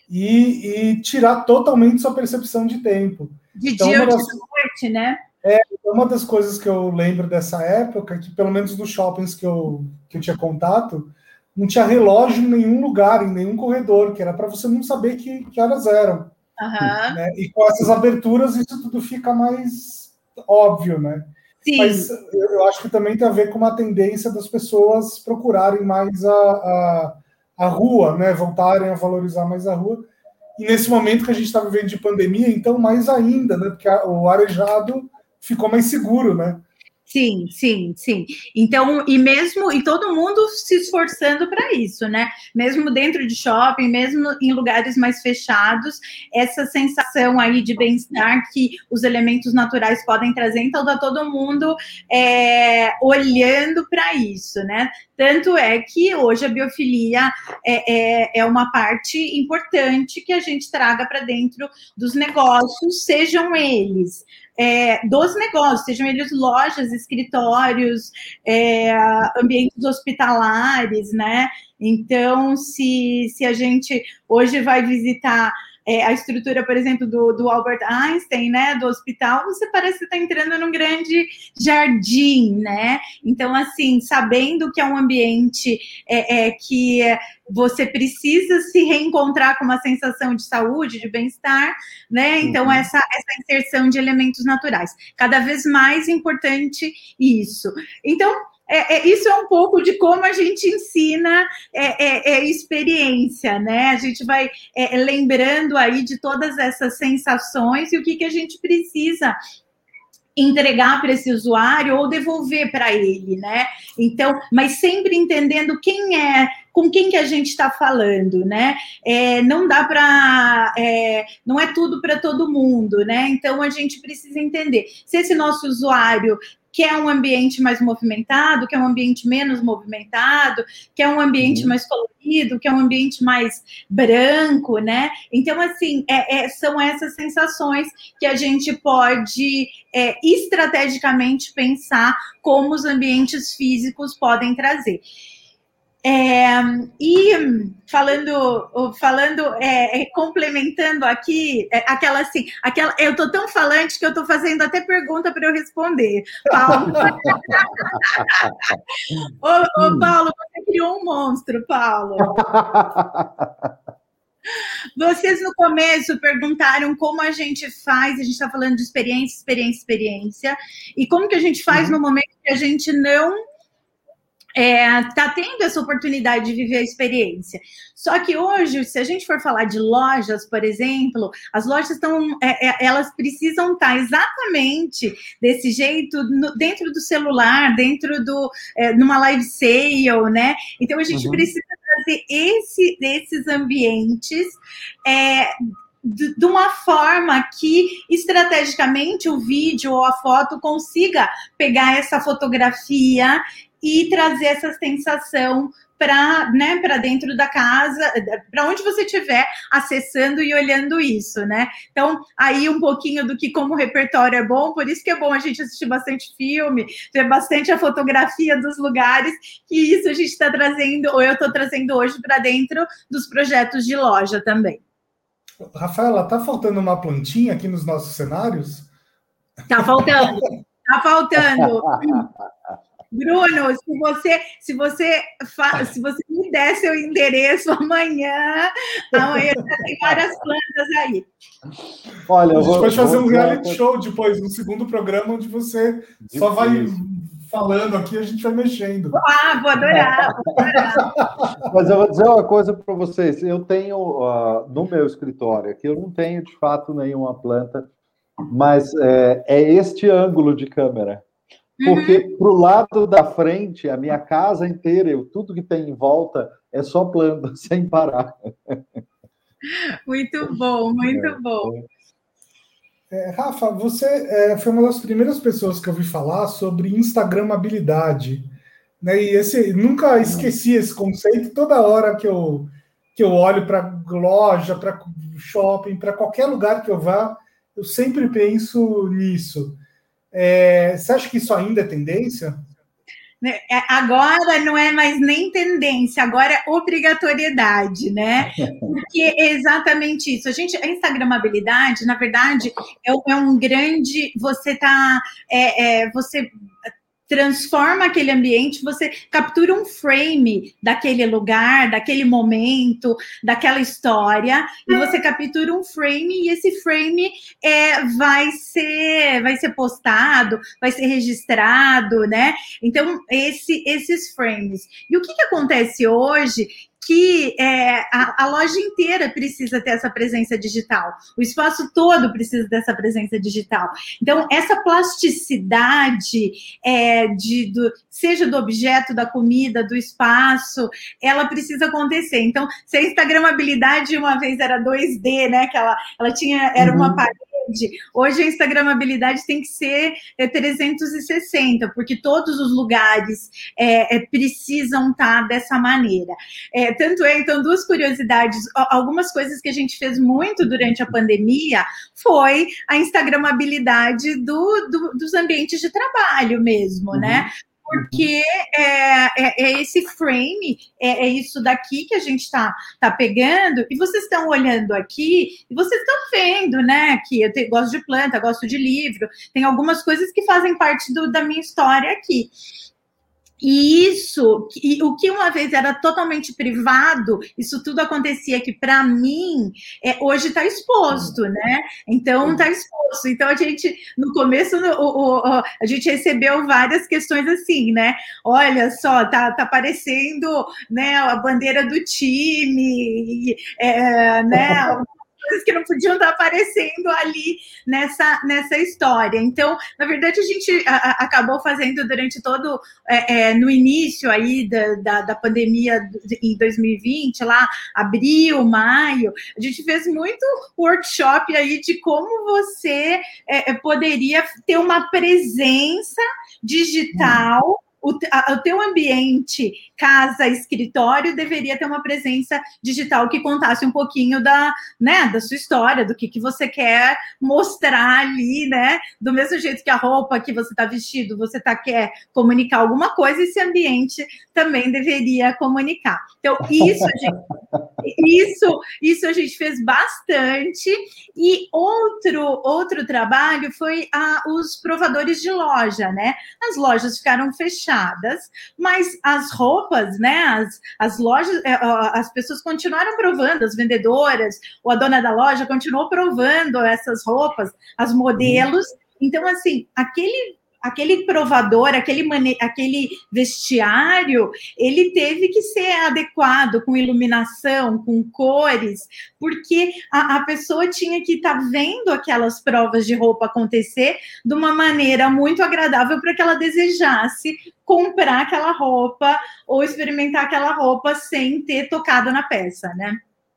e, e tirar totalmente sua percepção de tempo.
De então, dia ou das, de noite, né?
É, uma das coisas que eu lembro dessa época, que pelo menos nos shoppings que eu, que eu tinha contato, não tinha relógio em nenhum lugar, em nenhum corredor, que era para você não saber que, que horas eram.
Uhum.
Né? E com essas aberturas, isso tudo fica mais óbvio, né?
Sim.
Mas eu acho que também tem a ver com uma tendência das pessoas procurarem mais a, a, a rua, né? Voltarem a valorizar mais a rua. E nesse momento que a gente está vivendo de pandemia, então mais ainda, né? Porque a, o arejado ficou mais seguro, né?
Sim, sim, sim. Então, e mesmo, e todo mundo se esforçando para isso, né? Mesmo dentro de shopping, mesmo em lugares mais fechados, essa sensação aí de bem-estar que os elementos naturais podem trazer, então tá todo mundo é, olhando para isso, né? Tanto é que hoje a biofilia é, é, é uma parte importante que a gente traga para dentro dos negócios, sejam eles É, dos negócios, sejam eles lojas, escritórios, é, ambientes hospitalares, né? Então, se, se a gente hoje vai visitar é, a estrutura, por exemplo, do, do Albert Einstein, né, do hospital, você parece estar entrando num grande jardim, né? Então, assim, sabendo que é um ambiente é, é, que você precisa se reencontrar com uma sensação de saúde, de bem-estar, né? Então, uhum. essa, essa inserção de elementos naturais. Cada vez mais importante isso. Então, É, é, isso é um pouco de como a gente ensina é, é, é experiência, né? A gente vai é, lembrando aí de todas essas sensações e o que, que a gente precisa entregar para esse usuário ou devolver para ele, né? Então, mas sempre entendendo quem é, com quem que a gente está falando, né? É, não dá para, é, não é tudo para todo mundo, né? Então, a gente precisa entender se esse nosso usuário quer um ambiente mais movimentado, quer um ambiente menos movimentado, quer um ambiente uhum. mais colorido, quer um ambiente mais branco, né? Então, assim, é, é, são essas sensações que a gente pode é, estrategicamente pensar como os ambientes físicos podem trazer. É, e falando, falando é, é, complementando aqui, é, aquela assim, aquela, eu tô tão falante que eu tô fazendo até pergunta para eu responder, Paulo. ô, ô, Paulo, você criou um monstro, Paulo. Vocês no começo perguntaram como a gente faz, a gente está falando de experiência, experiência, experiência, e como que a gente faz uhum. no momento que a gente não está é, tendo essa oportunidade de viver a experiência. Só que hoje, se a gente for falar de lojas, por exemplo, as lojas estão, é, é, elas precisam estar exatamente desse jeito no, dentro do celular, dentro do, é, numa live sale, né? Então a gente uhum. precisa trazer esse, esses ambientes é, de, de uma forma que estrategicamente o vídeo ou a foto consiga pegar essa fotografia e trazer essa sensação para, né, para dentro da casa, para onde você estiver acessando e olhando isso, né? Então, aí um pouquinho do que como o repertório é bom, por isso que é bom a gente assistir bastante filme, ver bastante a fotografia dos lugares, que isso a gente está trazendo, ou eu estou trazendo hoje para dentro dos projetos de loja também.
Rafaela, tá faltando uma plantinha aqui nos nossos cenários?
Tá faltando, tá faltando. Bruno, se você, se você, se você me der seu endereço amanhã, amanhã já tem várias plantas aí.
Olha, a gente pode fazer um reality vou... show depois, um segundo programa onde você Difícil. só vai falando aqui, a gente vai mexendo.
Ah, vou adorar, vou adorar.
Mas eu vou dizer uma coisa para vocês. Eu tenho uh, no meu escritório aqui, eu não tenho de fato nenhuma planta, mas é, é este ângulo de câmera. Porque uhum. pro lado da frente, a minha casa inteira, eu, tudo que tem em volta é só planta, sem parar.
Muito bom, muito é, bom.
É, Rafa, você é, foi uma das primeiras pessoas que eu ouvi falar sobre instagramabilidade. Né? E esse, nunca esqueci esse conceito. Toda hora que eu, que eu olho para loja, para shopping, para qualquer lugar que eu vá, eu sempre penso nisso. É, você acha que isso ainda é tendência?
Agora não é mais nem tendência, agora é obrigatoriedade, né? Porque é exatamente isso. A gente, a instagramabilidade, na verdade, é, é um grande. Você tá. É, é, você transforma aquele ambiente, você captura um frame daquele lugar, daquele momento, daquela história, e você captura um frame, e esse frame é, vai ser, vai ser postado, vai ser registrado, né? Então, esse, esses frames. E o que, que acontece hoje? Que é, a, a loja inteira precisa ter essa presença digital, o espaço todo precisa dessa presença digital. Então, essa plasticidade, é, de, do, seja do objeto, da comida, do espaço, ela precisa acontecer. Então, se a instagramabilidade uma vez era dois D, né, que ela, ela tinha, era uma parede, hoje a instagramabilidade tem que ser é, trezentos e sessenta, porque todos os lugares é, é, precisam estar dessa maneira. É, tanto é, então, duas curiosidades, algumas coisas que a gente fez muito durante a pandemia foi a instagramabilidade do, do, dos ambientes de trabalho mesmo, uhum. né? Porque é, é, é esse frame, é, é isso daqui que a gente está tá pegando, e vocês estão olhando aqui, e vocês estão vendo, né, que eu te, gosto de planta, gosto de livro, tem algumas coisas que fazem parte do, da minha história aqui. E isso, e o que uma vez era totalmente privado, isso tudo acontecia que, para mim, é, hoje está exposto, né? Então, está exposto. Então, a gente, no começo, o, o, o, a gente recebeu várias questões assim, né? Olha só, tá, tá aparecendo, né, a bandeira do time, é, né? Coisas que não podiam estar aparecendo ali nessa, nessa história. Então, na verdade, a gente a, a, acabou fazendo durante todo, é, é, no início aí da, da, da pandemia em dois mil e vinte, lá, abril, maio, a gente fez muito workshop aí de como você é, poderia ter uma presença digital. Hum. O, a, o teu ambiente, casa, escritório, deveria ter uma presença digital que contasse um pouquinho da, né, da sua história, do que, que você quer mostrar ali, né? Do mesmo jeito que a roupa que você está vestido, você tá, quer comunicar alguma coisa, esse ambiente também deveria comunicar. Então, isso a gente, isso, isso a gente fez bastante. E outro, outro trabalho foi a, os provadores de loja, né? As lojas ficaram fechadas, mas as roupas, né, as, as lojas, as pessoas continuaram provando, as vendedoras, ou a dona da loja continuou provando essas roupas, as modelos. Então, assim, aquele, aquele provador, aquele, mane... aquele vestiário, ele teve que ser adequado com iluminação, com cores, porque a, a pessoa tinha que estar tá vendo aquelas provas de roupa acontecer de uma maneira muito agradável para que ela desejasse comprar aquela roupa ou experimentar aquela roupa sem ter tocado na peça, né?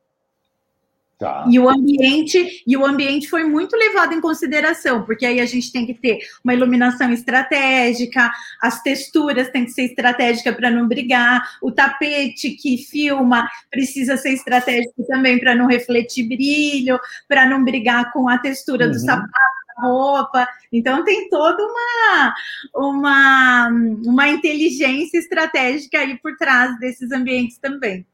Tá. E o ambiente, e o ambiente foi muito levado em consideração, porque aí a gente tem que ter uma iluminação estratégica, as texturas têm que ser estratégicas para não brigar, o tapete que filma precisa ser estratégico também para não refletir brilho, para não brigar com a textura uhum. do sapato, da roupa. Então tem toda uma, uma, uma inteligência estratégica aí por trás desses ambientes também.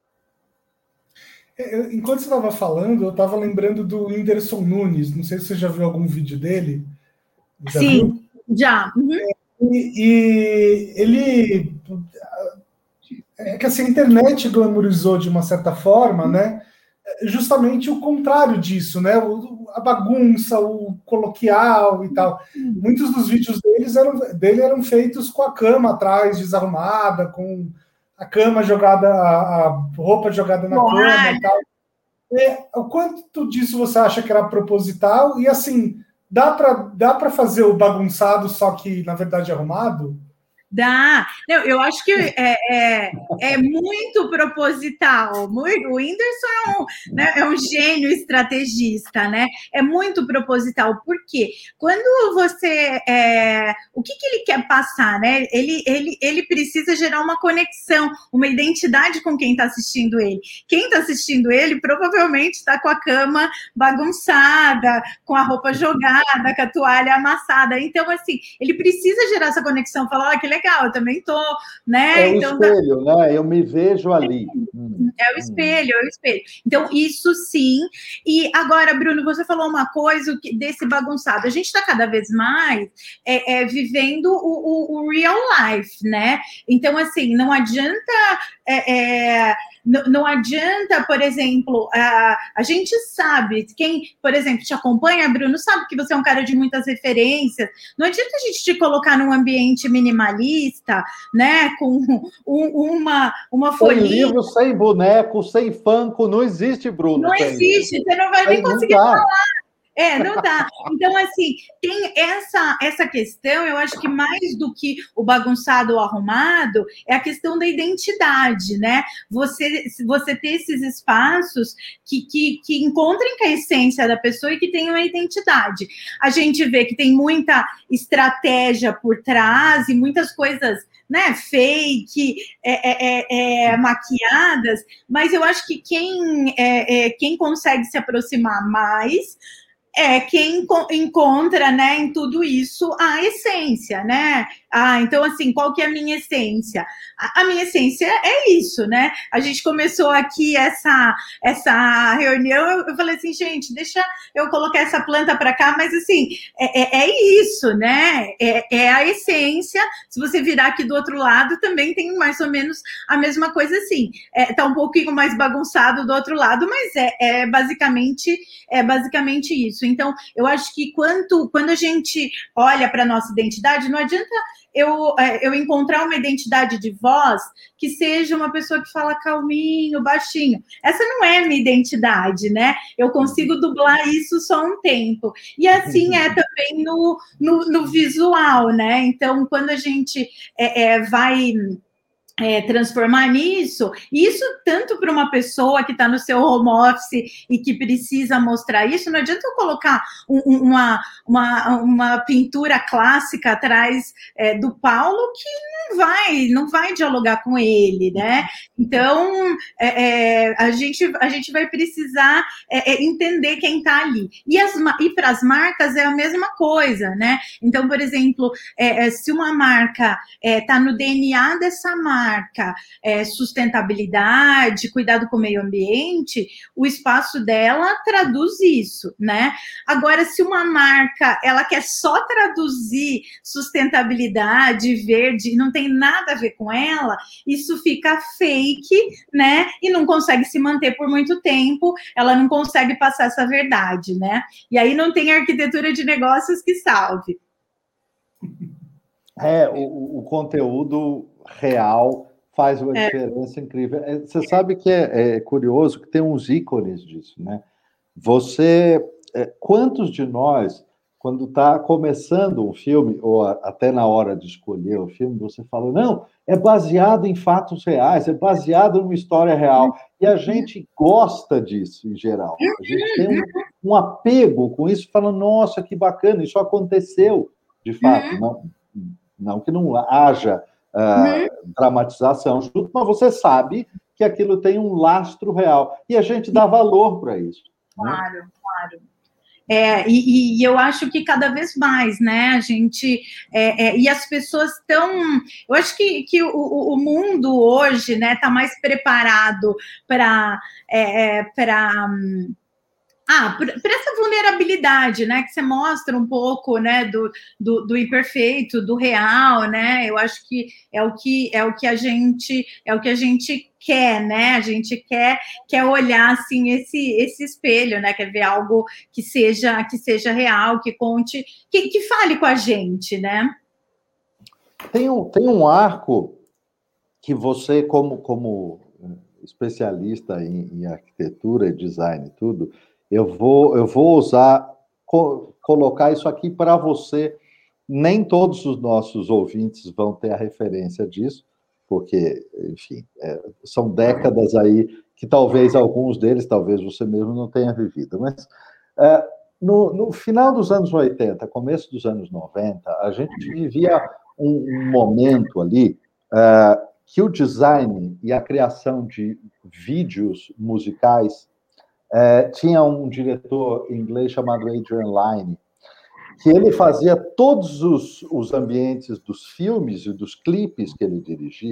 Enquanto você estava falando, eu estava lembrando do Whindersson Nunes. Não sei se você já viu algum vídeo dele.
Já Sim, viu? já. Uhum.
É, e, e ele... É que assim, a internet glamourizou de uma certa forma, né? Justamente o contrário disso, né? O, a bagunça, o coloquial e tal. Muitos dos vídeos deles eram, dele eram feitos com a cama atrás, desarrumada, com... a cama jogada, a roupa jogada na Boa. cama e tal. É, o quanto disso você acha que era proposital? E assim, dá para dá para fazer o bagunçado, só que na verdade arrumado?
Dá. Não, eu acho que é, é, é muito proposital. Muito, o Whindersson é um, né, é um gênio estrategista, né? É muito proposital. Por quê? Quando você... É, o que, que ele quer passar, né? Ele, ele, ele precisa gerar uma conexão, uma identidade com quem está assistindo ele. Quem está assistindo ele provavelmente está com a cama bagunçada, com a roupa jogada, com a toalha amassada. Então, assim, ele precisa gerar essa conexão, falar, olha, que legal, eu também tô, né?
É o
então,
espelho, tá... né? Eu me vejo ali.
É o espelho, é o espelho. Então, isso sim. E agora, Bruno, você falou uma coisa desse bagunçado. A gente está cada vez mais é, é, vivendo o, o, o real life, né? Então, assim, não adianta... É, é, não, não adianta, por exemplo, a, a gente sabe, quem, por exemplo, te acompanha, Bruno, sabe que você é um cara de muitas referências. Não adianta a gente te colocar num ambiente minimalista, né? Com um, uma, uma folhinha.
Sem livro, sem boneco, sem Funko, não existe, Bruno.
Não existe, você não vai nem conseguir falar. É, não dá. Então, assim, tem essa, essa questão, eu acho que mais do que o bagunçado ou arrumado, é a questão da identidade, né? Você, você ter esses espaços que, que, que encontrem com a essência da pessoa e que tenham uma identidade. A gente vê que tem muita estratégia por trás e muitas coisas, né, fake, é, é, é, maquiadas, mas eu acho que quem, é, é, quem consegue se aproximar mais é quem encontra, né, em tudo isso a essência, né? Ah, então, assim, qual que é a minha essência? A, a minha essência é isso, né? A gente começou aqui essa, essa reunião, eu, eu falei assim, gente, deixa eu colocar essa planta para cá, mas, assim, é, é, é isso, né? É, é a essência. Se você virar aqui do outro lado, também tem mais ou menos a mesma coisa, assim. É, tá um pouquinho mais bagunçado do outro lado, mas é, é, basicamente, é basicamente isso. Então, eu acho que quando, quando a gente olha para a nossa identidade, não adianta eu, eu encontrar uma identidade de voz que seja uma pessoa que fala calminho, baixinho. Essa não é a minha identidade, né? Eu consigo dublar isso só um tempo. E assim é também no, no, no visual, né? Então, quando a gente é, é, vai... É, transformar nisso, isso tanto para uma pessoa que está no seu home office e que precisa mostrar isso, não adianta eu colocar um, uma, uma, uma pintura clássica atrás é, do Paulo que não vai, não vai dialogar com ele, né? Então, é, é, a, gente, a gente vai precisar é, é, entender quem está ali. E, as, e para as marcas é a mesma coisa, né? Então, por exemplo, é, se uma marca está é, no D N A dessa marca, marca, é, sustentabilidade, cuidado com o meio ambiente, o espaço dela traduz isso, né? Agora, se uma marca, ela quer só traduzir sustentabilidade, verde, não tem nada a ver com ela, isso fica fake, né? E não consegue se manter por muito tempo, ela não consegue passar essa verdade, né? E aí não tem arquitetura de negócios que salve.
É, o, o conteúdo real faz uma é. diferença incrível. Você sabe que é, é curioso que tem uns ícones disso, né? Você, é, quantos de nós, quando está começando um filme, ou a, até na hora de escolher o filme, você fala, não, é baseado em fatos reais, é baseado numa história real. E a gente gosta disso, em geral. A gente tem um, um apego com isso, falando, nossa, que bacana, isso aconteceu, de fato. Uhum. Não, não que não haja uh, uhum. dramatização junto, mas você sabe que aquilo tem um lastro real. E a gente dá valor para isso.
Claro, né? Claro. É, e, e eu acho que cada vez mais, né, a gente, é, é, e as pessoas estão, eu acho que, que o, o mundo hoje, né, está mais preparado para, é, para Ah, para essa vulnerabilidade, né, que você mostra um pouco, né, do, do, do imperfeito, do real, né, eu acho que é o que é o que a gente é o que a gente quer, né, a gente quer quer olhar assim esse esse espelho, né, quer ver algo que seja que seja real, que conte, que, que fale com a gente, né?
Tem um tem um arco que você como como especialista em, em arquitetura, design e tudo, Eu vou, eu vou usar, co- colocar isso aqui para você. Nem todos os nossos ouvintes vão ter a referência disso, porque, enfim, é, são décadas aí que talvez alguns deles, talvez você mesmo não tenha vivido. Mas é, no, no final dos anos oitenta, começo dos anos noventa, a gente vivia um, um momento ali é, que o design e a criação de vídeos musicais É, tinha um diretor inglês chamado Adrian Lyne, que ele fazia todos os, os ambientes dos filmes e dos clipes que ele dirigia,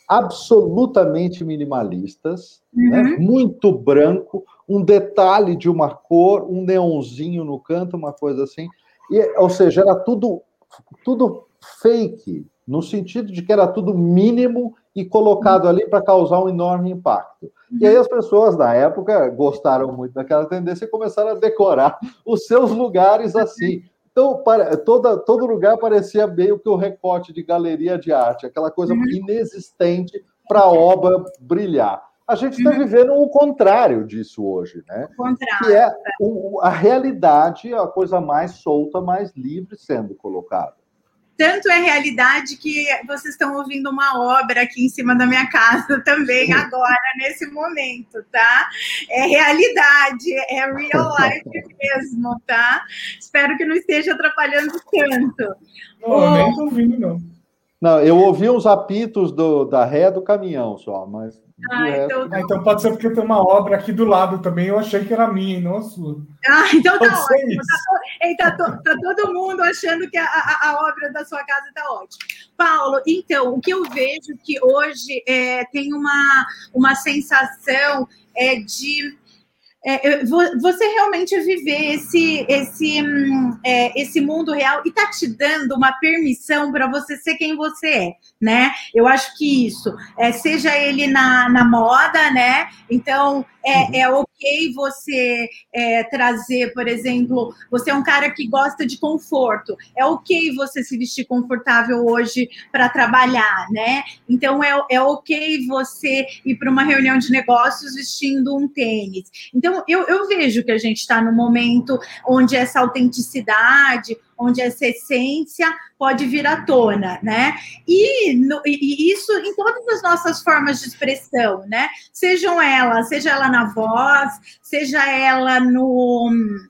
absolutamente minimalistas,
Uhum.
né? Muito branco, um detalhe de uma cor, um neonzinho no canto, uma coisa assim. E, ou seja, era tudo, tudo fake, no sentido de que era tudo mínimo e colocado ali para causar um enorme impacto. Uhum. E aí as pessoas, na época, gostaram muito daquela tendência e começaram a decorar os seus lugares assim. Então, toda, todo lugar parecia meio que o recorte de galeria de arte, aquela coisa uhum. inexistente para a obra brilhar. A gente está uhum. vivendo o contrário disso hoje, né?
O contrário.
Que é o, a realidade, a coisa mais solta, mais livre sendo colocada.
Tanto é realidade que vocês estão ouvindo uma obra aqui em cima da minha casa também agora, nesse momento, tá? É realidade, é real life mesmo, tá? Espero que não esteja atrapalhando tanto.
Não, oh, nem tô ouvindo, não.
Não, eu ouvi os apitos do, da ré do caminhão só, mas...
Ah, então...
ah, então pode ser porque tem uma obra aqui do lado também, eu achei que era minha e não a sua.
Ah, então tá
pode
ótimo. Tá, tá, tá, tá todo mundo achando que a, a, a obra da sua casa tá ótima. Paulo, então, o que eu vejo que hoje é, tem uma, uma sensação é, de... É, você realmente viver esse, esse, é, esse mundo real e tá te dando uma permissão para você ser quem você é, né? Eu acho que isso, é, seja ele na, na moda, né? Então, é, uhum. é ok você é, trazer, por exemplo, você é um cara que gosta de conforto, é ok você se vestir confortável hoje para trabalhar, né? Então, é, é ok você ir para uma reunião de negócios vestindo um tênis. Então, Eu, eu vejo que a gente está num momento onde essa autenticidade, onde essa essência pode vir à tona, né? E, no, e isso em todas as nossas formas de expressão, né? Sejam ela, seja ela na voz, seja ela no...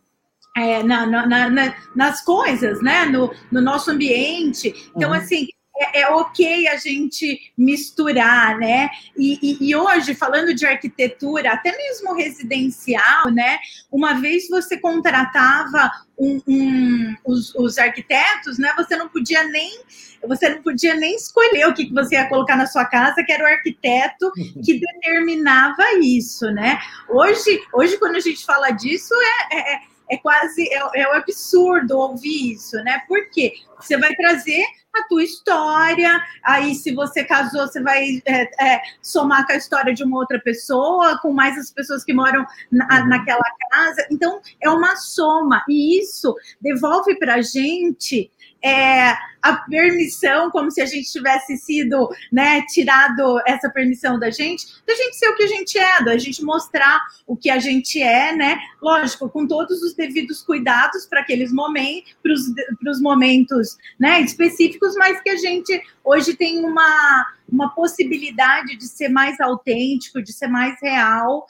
É, na, na, na, nas coisas, né? No, no nosso ambiente. Então, uhum. assim... É, é ok a gente misturar, né? E, e, e hoje, falando de arquitetura, até mesmo residencial, né? Uma vez você contratava um, um, os, os arquitetos, né? Você não podia nem você não podia nem escolher o que você ia colocar na sua casa, que era o arquiteto que determinava isso, né? Hoje, hoje quando a gente fala disso, é, é, é quase é, é um absurdo ouvir isso, né? Por quê? Você vai trazer a tua história, aí se você casou, você vai é, é, somar com a história de uma outra pessoa, com mais as pessoas que moram na, naquela casa. Então, é uma soma, e isso devolve para a gente é, a permissão, como se a gente tivesse sido, né, tirado essa permissão da gente, da gente ser o que a gente é, da gente mostrar o que a gente é, né? Lógico, com todos os devidos cuidados para aqueles momentos, para os momentos, né, específicos, mas que a gente hoje tem uma, uma possibilidade de ser mais autêntico, de ser mais real,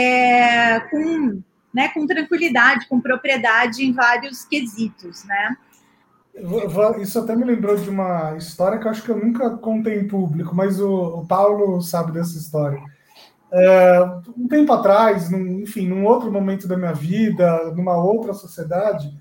é, com, né, com tranquilidade, com propriedade em vários quesitos, né?
Isso até me lembrou de uma história que eu acho que eu nunca contei em público, mas o, o Paulo sabe dessa história. É, um tempo atrás, num, enfim, num outro momento da minha vida, numa outra sociedade,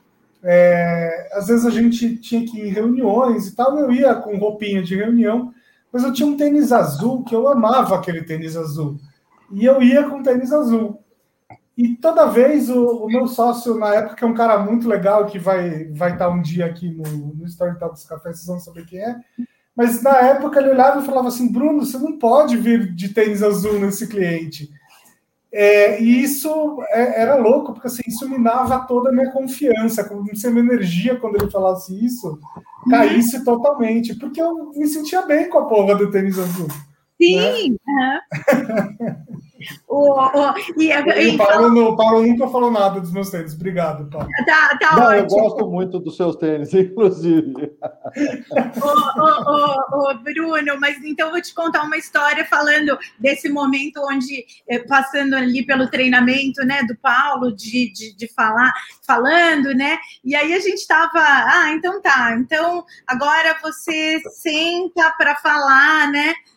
é, às vezes a gente tinha que ir em reuniões e tal, eu ia com roupinha de reunião, mas eu tinha um tênis azul, que eu amava aquele tênis azul, e eu ia com tênis azul. E toda vez o, o meu sócio, na época, que é um cara muito legal, que vai vai estar um dia aqui no, no Story Talks Café, vocês vão saber quem é, mas na época ele olhava e falava assim, Bruno, você não pode vir de tênis azul nesse cliente. É, e isso é, era louco, porque assim, isso minava toda a minha confiança, como se a minha energia, quando ele falasse isso, caísse totalmente, porque eu me sentia bem com a porra do tênis azul.
Sim! Né? Uhum. O, o, e,
e o Paulo, então, o Paulo nunca falou nada dos meus tênis. Obrigado, Paulo.
Tá, tá
Não,
ótimo.
Eu gosto muito dos seus tênis, inclusive.
Ô, ô, ô, ô, Bruno, mas então eu vou te contar uma história falando desse momento onde, passando ali pelo treinamento, né, do Paulo, de, de, de falar, falando, né, e aí a gente estava, ah, então tá, então agora você senta para falar, né,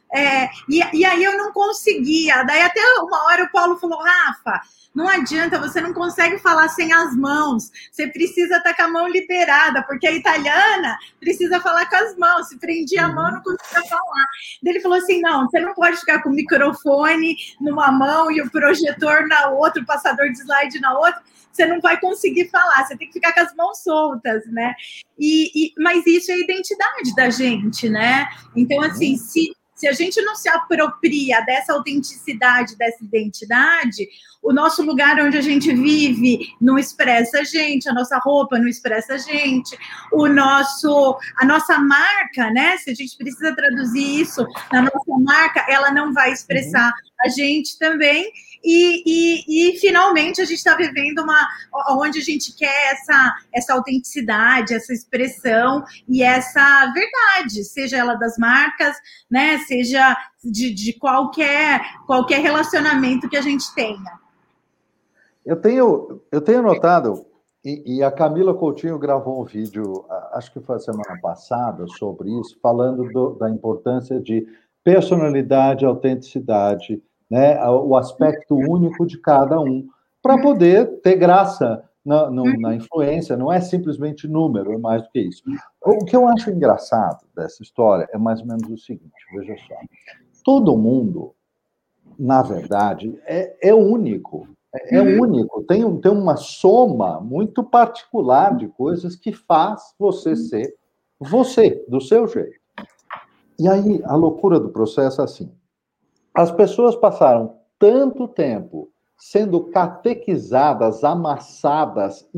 É, e, e aí eu não conseguia. Daí até uma hora o Paulo falou, Rafa, não adianta, você não consegue falar sem as mãos, você precisa estar com a mão liberada, porque a italiana precisa falar com as mãos, se prendia a mão não conseguia falar. Daí ele falou assim, não, você não pode ficar com o microfone numa mão e o projetor na outra, o passador de slide na outra, você não vai conseguir falar, você tem que ficar com as mãos soltas, né? E, e, mas isso é a identidade da gente, né? Então, assim, se, se a gente não se apropria dessa autenticidade, dessa identidade, o nosso lugar onde a gente vive não expressa a gente, a nossa roupa não expressa a gente, o nosso, a nossa marca, né? Se a gente precisa traduzir isso na nossa marca, ela não vai expressar uhum. a gente também. E, e, e finalmente a gente está vivendo uma onde a gente quer essa, essa autenticidade, essa expressão e essa verdade, seja ela das marcas, né? Seja de, de qualquer, qualquer relacionamento que a gente tenha.
Eu tenho, eu tenho notado, e, e a Camila Coutinho gravou um vídeo, acho que foi a semana passada, sobre isso, falando do, da importância de personalidade, autenticidade, né, o aspecto único de cada um, para poder ter graça na, no, na influência, não é simplesmente número, é mais do que isso. O que eu acho engraçado dessa história é mais ou menos o seguinte, veja só, todo mundo, na verdade, é, é único, é, é único, tem, tem uma soma muito particular de coisas que faz você ser você, do seu jeito. E aí, a loucura do processo é assim, as pessoas passaram tanto tempo sendo catequizadas, amassadas,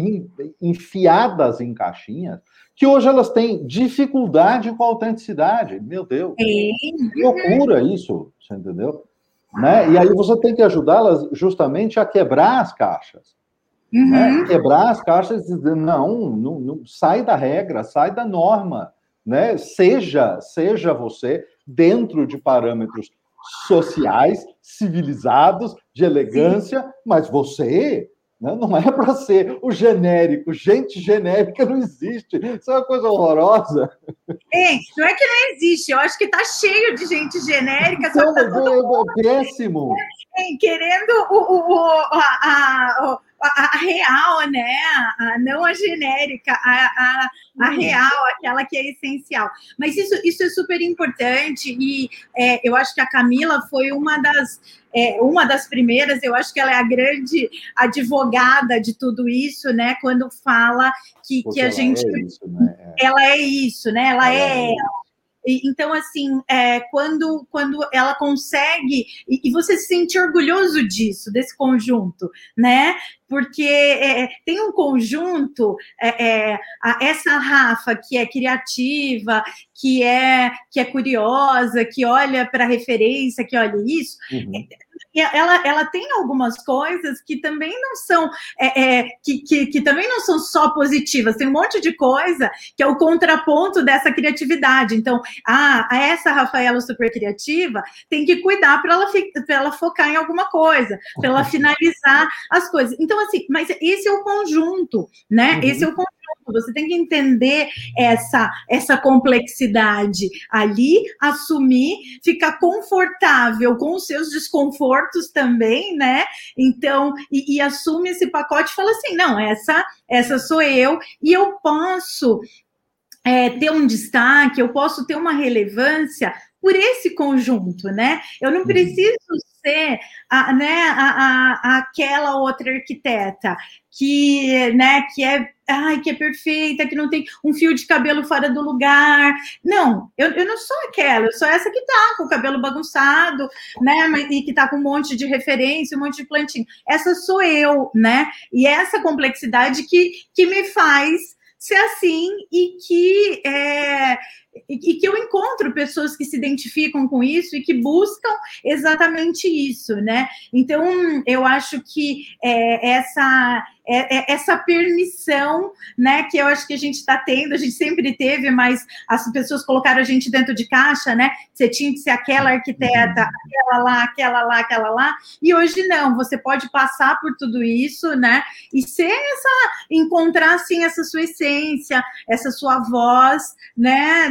enfiadas em caixinhas, que hoje elas têm dificuldade com a autenticidade. Meu Deus, que loucura isso, você entendeu? Né? E aí você tem que ajudá-las justamente a quebrar as caixas. Uhum. Né? Quebrar as caixas e dizer, não, não, não, sai da regra, sai da norma. Né? Seja, seja você dentro de parâmetros sociais, civilizados, de elegância, sim, mas você, né, não é para ser o genérico. Gente genérica não existe. Isso é uma coisa horrorosa.
É, não é que não existe, eu acho que está cheio de gente genérica.
Então,
só que tá todo mundo
é péssimo.
Querendo o, o, o, a, a, a, a real, né? A, não a genérica, a, a, a real, aquela que é essencial. Mas isso, isso é super importante e é, eu acho que a Camila foi uma das, é, uma das primeiras, eu acho que ela é a grande advogada de tudo isso, né? Quando fala que, que a gente...
É isso, né?
Ela é isso, né? Ela, ela é... é Então, assim, é, quando, quando ela consegue, e, e você se sente orgulhoso disso, desse conjunto, né? Porque é, tem um conjunto, é, é, a, essa Rafa que é criativa, que é, que é curiosa, que olha para a referência, que olha isso... Uhum. Ela, ela tem algumas coisas que também não são é, é, que, que, que também não são só positivas, tem um monte de coisa que é o contraponto dessa criatividade. Então, ah, essa Rafaela super criativa tem que cuidar para ela, ela focar em alguma coisa, para ela finalizar as coisas. Então, assim, mas esse é o conjunto, né? Uhum. Esse é o conjunto. Você tem que entender essa, essa complexidade ali, assumir, ficar confortável com os seus desconfortos também, né? Então, e, e assume esse pacote e fala assim, não, essa, essa sou eu e eu posso é, ter um destaque, eu posso ter uma relevância por esse conjunto, né? Eu não preciso ser a, né, a, a, aquela outra arquiteta que, né, que é, ai, que é perfeita, que não tem um fio de cabelo fora do lugar. Não, eu, eu não sou aquela, eu sou essa que tá com o cabelo bagunçado, né, e que tá com um monte de referência, um monte de plantinha. Essa sou eu, né? E essa complexidade que, que me faz ser assim e que é, e que eu encontro pessoas que se identificam com isso e que buscam exatamente isso, né? Então, eu acho que é, essa, é, essa permissão, né, que eu acho que a gente está tendo, a gente sempre teve, mas as pessoas colocaram a gente dentro de caixa, né? Você tinha que ser aquela arquiteta, aquela lá, aquela lá, aquela lá, e hoje não, você pode passar por tudo isso, né? E ser essa, encontrar, assim, essa sua essência, essa sua voz, né?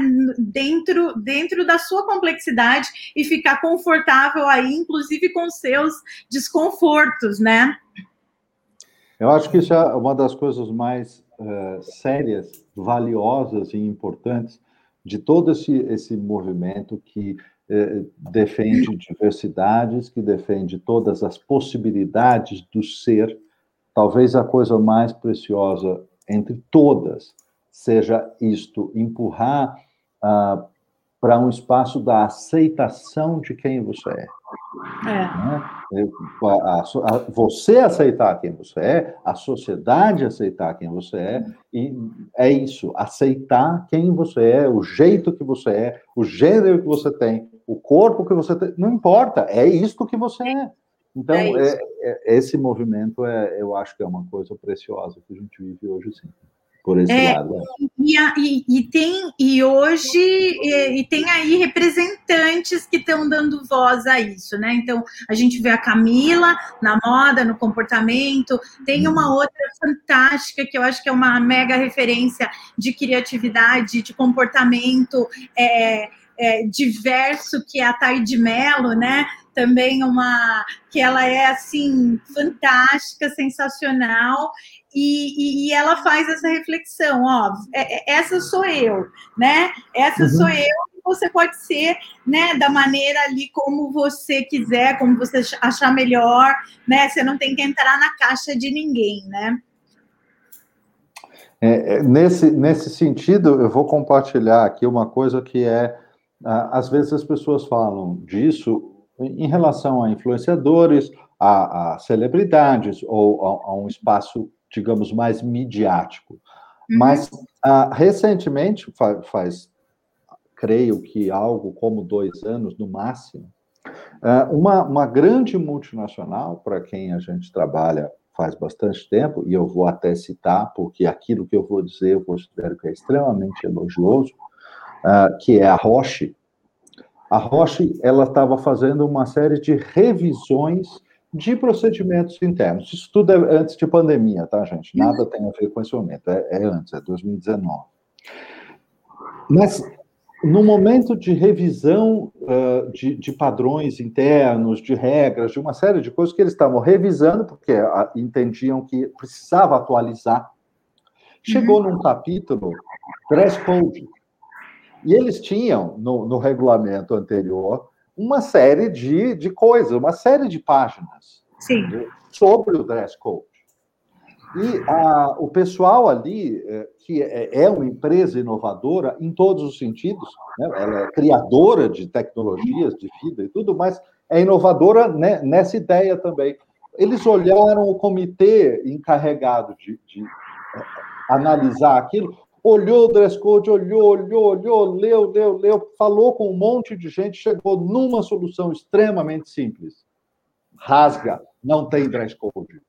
dentro, dentro da sua complexidade e ficar confortável aí, inclusive com seus desconfortos, né?
Eu acho que isso é uma das coisas mais uh, sérias, valiosas e importantes de todo esse, esse movimento que uh, defende diversidades, que defende todas as possibilidades do ser. Talvez a coisa mais preciosa entre todas seja isto, empurrar uh, para um espaço da aceitação de quem você é. É. Né? A, a, a, você aceitar quem você é, a sociedade aceitar quem você é, e é isso, aceitar quem você é, o jeito que você é, o gênero que você tem, o corpo que você tem, não importa, é isto que você é. Então, é é, é, esse movimento, é, eu acho que é uma coisa preciosa que a gente vive hoje, sim. Por esse
é,
lado. É.
E, e, e tem e hoje e, e tem aí representantes que estão dando voz a isso, né? Então a gente vê a Camila na moda, no comportamento, tem uma outra fantástica que eu acho que é uma mega referência de criatividade, de comportamento é, é, diverso, que é a Taide Mello, né? Também uma que ela é assim fantástica, sensacional. E, e, e ela faz essa reflexão, ó, é, é, essa sou eu, né? Essa uhum. sou eu, e você pode ser, né, da maneira ali como você quiser, como você achar melhor, né? Você não tem que entrar na caixa de ninguém, né?
É, nesse, nesse sentido, eu vou compartilhar aqui uma coisa que é, às vezes as pessoas falam disso em relação a influenciadores, a, a celebridades, ou a, a um espaço, digamos, mais midiático. Uhum. Mas, uh, recentemente, faz, faz, creio que algo como dois anos, no máximo, uh, uma, uma grande multinacional, para quem a gente trabalha faz bastante tempo, e eu vou até citar, porque aquilo que eu vou dizer eu considero que é extremamente elogioso, uh, que é a Roche. A Roche, ela estava fazendo uma série de revisões de procedimentos internos. Isso tudo é antes de pandemia, tá, gente? Nada tem a ver com esse momento. É, é antes, é dois mil e dezenove. Mas, no momento de revisão uh, de, de padrões internos, de regras, de uma série de coisas que eles estavam revisando, porque uh, entendiam que precisava atualizar, chegou uhum. num capítulo dress code. E eles tinham, no, no regulamento anterior, uma série de, de coisas, uma série de páginas
Sim.
sobre o dress code. E a, o pessoal ali, que é, é uma empresa inovadora em todos os sentidos, né? Ela é criadora de tecnologias de vida e tudo, mas é inovadora, né, nessa ideia também. Eles olharam o comitê encarregado de, de analisar aquilo, olhou o dress code, olhou, olhou, olhou, leu, leu, leu, falou com um monte de gente, chegou numa solução extremamente simples. Rasga, não tem dress code.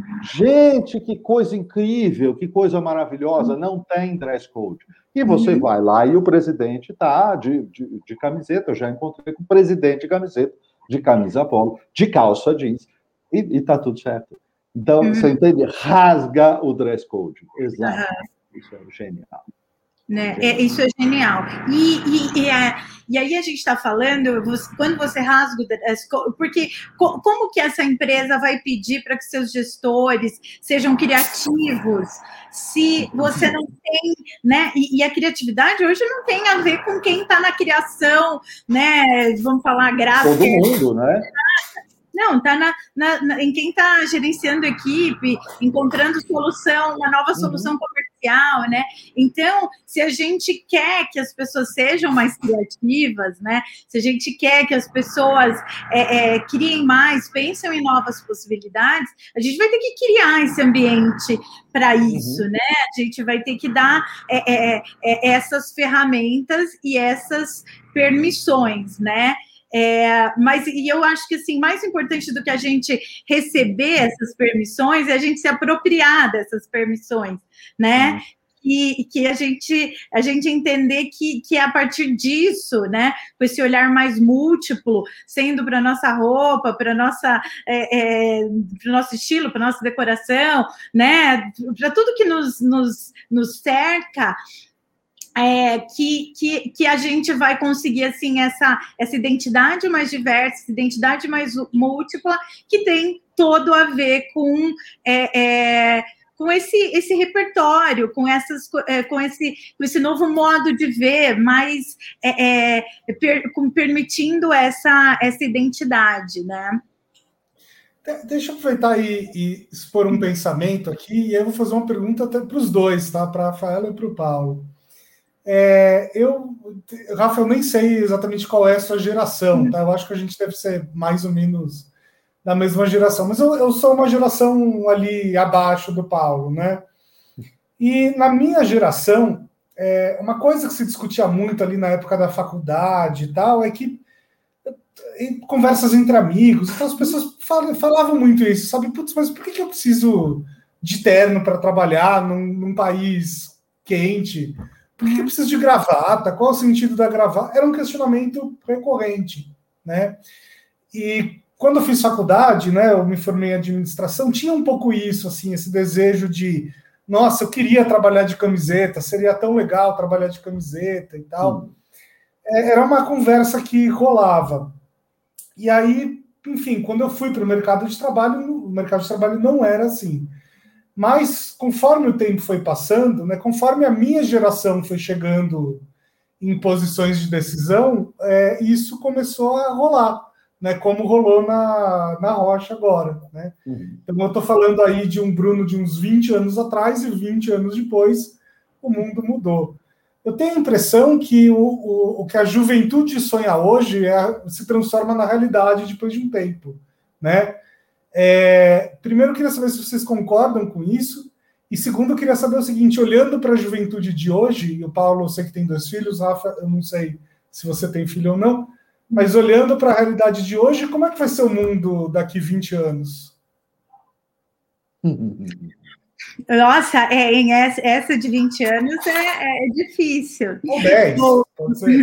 Gente, que coisa incrível, que coisa maravilhosa, não tem dress code. E você uhum. vai lá e o presidente está de, de, de camiseta, eu já encontrei com o presidente de camiseta, de camisa polo, de calça jeans, e está tudo certo. Então, uhum. você entende? Rasga o dress code. Exato. Uhum. Isso é genial.
Né? É, isso é genial. E, e, e, é, e aí a gente está falando, você, quando você rasga o dress code, porque co, como que essa empresa vai pedir para que seus gestores sejam criativos se você não tem, né? E, e a criatividade hoje não tem a ver com quem está na criação, né? Vamos falar gráfica.
Todo mundo, né?
Não, está na, na, na, em quem está gerenciando equipe, encontrando solução, uma nova solução uhum. comercial, né? Então, se a gente quer que as pessoas sejam mais criativas, né? Se a gente quer que as pessoas é, é, criem mais, pensem em novas possibilidades, a gente vai ter que criar esse ambiente para isso, uhum. né? A gente vai ter que dar é, é, é, essas ferramentas e essas permissões, né? É, mas e eu acho que assim, mais importante do que a gente receber essas permissões é a gente se apropriar dessas permissões, né? Uhum. E que a gente, a gente entender que, que é a partir disso, né? Com esse olhar mais múltiplo, sendo para nossa roupa, para nossa, é, é, para o nosso estilo, para nossa decoração, né? Para tudo que nos, nos, nos cerca. É, que, que, que a gente vai conseguir, assim, essa, essa identidade mais diversa, essa identidade mais múltipla, que tem todo a ver com, é, é, com esse, esse repertório, com, essas, é, com, esse, com esse novo modo de ver, mais é, é, per, com, permitindo essa, essa identidade, né?
Deixa eu aproveitar e, e expor um pensamento aqui, e eu vou fazer uma pergunta até para os dois, tá? Para a Rafaela e para o Paulo. É, eu, Rafa, eu nem sei exatamente qual é a sua geração, tá? Eu acho que a gente deve ser mais ou menos da mesma geração, mas eu, eu sou uma geração ali abaixo do Paulo, né? E na minha geração, é, uma coisa que se discutia muito ali na época da faculdade e tal, é que em conversas entre amigos, então as pessoas falavam muito isso, sabe? Putz, mas por que eu preciso de terno para trabalhar num, num país quente? Por que eu preciso de gravata? Qual o sentido da gravata? Era um questionamento recorrente, né? E quando eu fiz faculdade, né, eu me formei em administração, tinha um pouco isso, assim, esse desejo de, nossa, eu queria trabalhar de camiseta, seria tão legal trabalhar de camiseta e tal. Hum. Era uma conversa que rolava. E aí, enfim, quando eu fui para o mercado de trabalho, o mercado de trabalho não era assim. Mas, conforme o tempo foi passando, né, conforme a minha geração foi chegando em posições de decisão, é, isso começou a rolar, né, como rolou na, na Rocha agora. Né? Uhum. Então, eu estou falando aí de um Bruno de uns vinte anos atrás e vinte anos depois, o mundo mudou. Eu tenho a impressão que o, o, o que a juventude sonha hoje é, se transforma na realidade depois de um tempo. Né? É, primeiro, eu queria saber se vocês concordam com isso. E segundo, eu queria saber o seguinte, olhando para a juventude de hoje, e o Paulo, eu sei que tem dois filhos, Rafa, eu não sei se você tem filho ou não, mas olhando para a realidade de hoje, como é que vai ser o mundo daqui vinte anos?
Nossa, é, em essa, essa de vinte anos é, é difícil.
Ou dez, pode ser.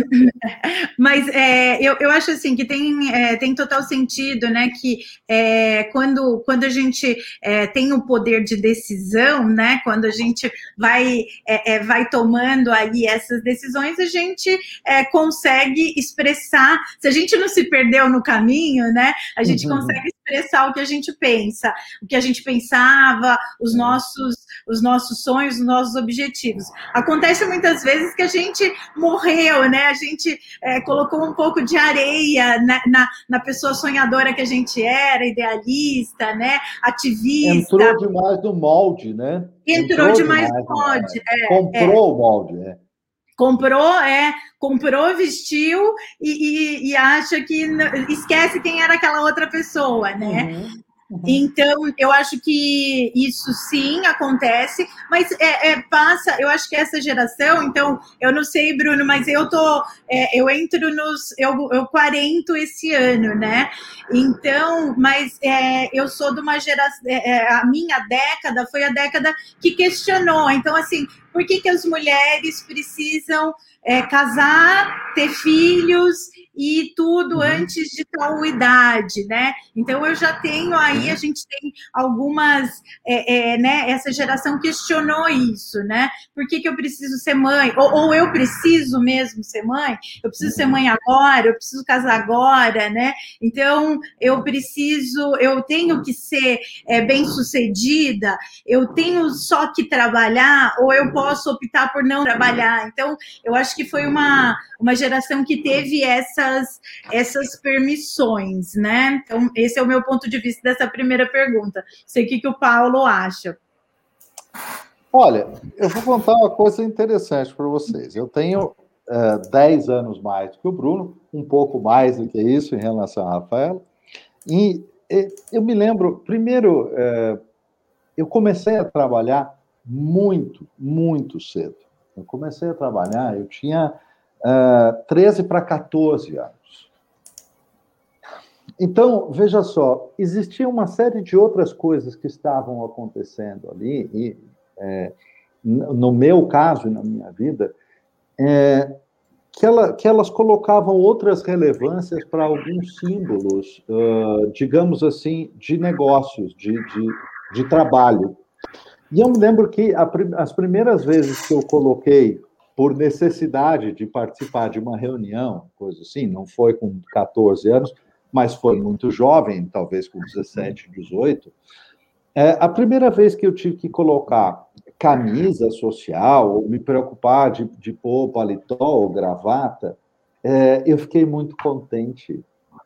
Mas é, eu, eu acho assim que tem, é, tem total sentido, né? Que é, quando, quando a gente é, tem o poder de decisão, né? Quando a gente vai, é, é, vai tomando aí essas decisões, a gente é, consegue expressar. Se a gente não se perdeu no caminho, né? A gente uhum. consegue expressar o que a gente pensa, o que a gente pensava, os uhum. nossos os nossos sonhos, os nossos objetivos. Acontece muitas vezes que a gente morreu, né? A gente é, colocou um pouco de areia na, na, na pessoa sonhadora que a gente era, idealista, né? Ativista.
Entrou demais no molde, né?
Entrou, Entrou demais no molde. É,
Comprou é. o molde, é.
Comprou, é, comprou, vestiu e, e, e acha que esquece quem era aquela outra pessoa, né? Uhum. Uhum. Então, eu acho que isso sim acontece, mas é, é, passa, eu acho que essa geração, então, eu não sei, Bruno, mas eu tô, é, eu entro nos, eu, eu quarento esse ano, né? Então, mas é, eu sou de uma geração, é, a minha década foi a década que questionou, então, assim, por que que as mulheres precisam é, casar, ter filhos e tudo uhum. antes de tal idade, né? Então, eu já tenho aí, a gente tem algumas, é, é, né? Essa geração questionou isso, né? Por que que eu preciso ser mãe? Ou, ou eu preciso mesmo ser mãe? Eu preciso uhum. ser mãe agora? Eu preciso casar agora, né? Então, eu preciso, eu tenho que ser é, bem-sucedida? Eu tenho só que trabalhar? Ou eu posso optar por não trabalhar? Então, eu acho que foi uma, uma geração que teve essas, essas permissões, né? Então, esse é o meu ponto de vista dessa primeira pergunta. Sei o que, que o Paulo acha.
Olha, eu vou contar uma coisa interessante para vocês. Eu tenho uh, dez anos mais do que o Bruno, um pouco mais do que isso em relação a Rafaela, e, e eu me lembro, primeiro, uh, eu comecei a trabalhar muito, muito cedo. Eu comecei a trabalhar, eu tinha uh, treze para quatorze anos. Então, veja só, existia uma série de outras coisas que estavam acontecendo ali, e é, no meu caso e na minha vida, é, que, ela, que elas colocavam outras relevâncias para alguns símbolos, uh, digamos assim, de negócios, de, de, de trabalho. E eu me lembro que a, as primeiras vezes que eu coloquei por necessidade de participar de uma reunião, coisa assim, não foi com catorze anos, mas foi muito jovem, talvez com dezessete, dezoito. É, a primeira vez que eu tive que colocar camisa social, ou me preocupar de, de pôr paletó ou gravata, é, eu fiquei muito contente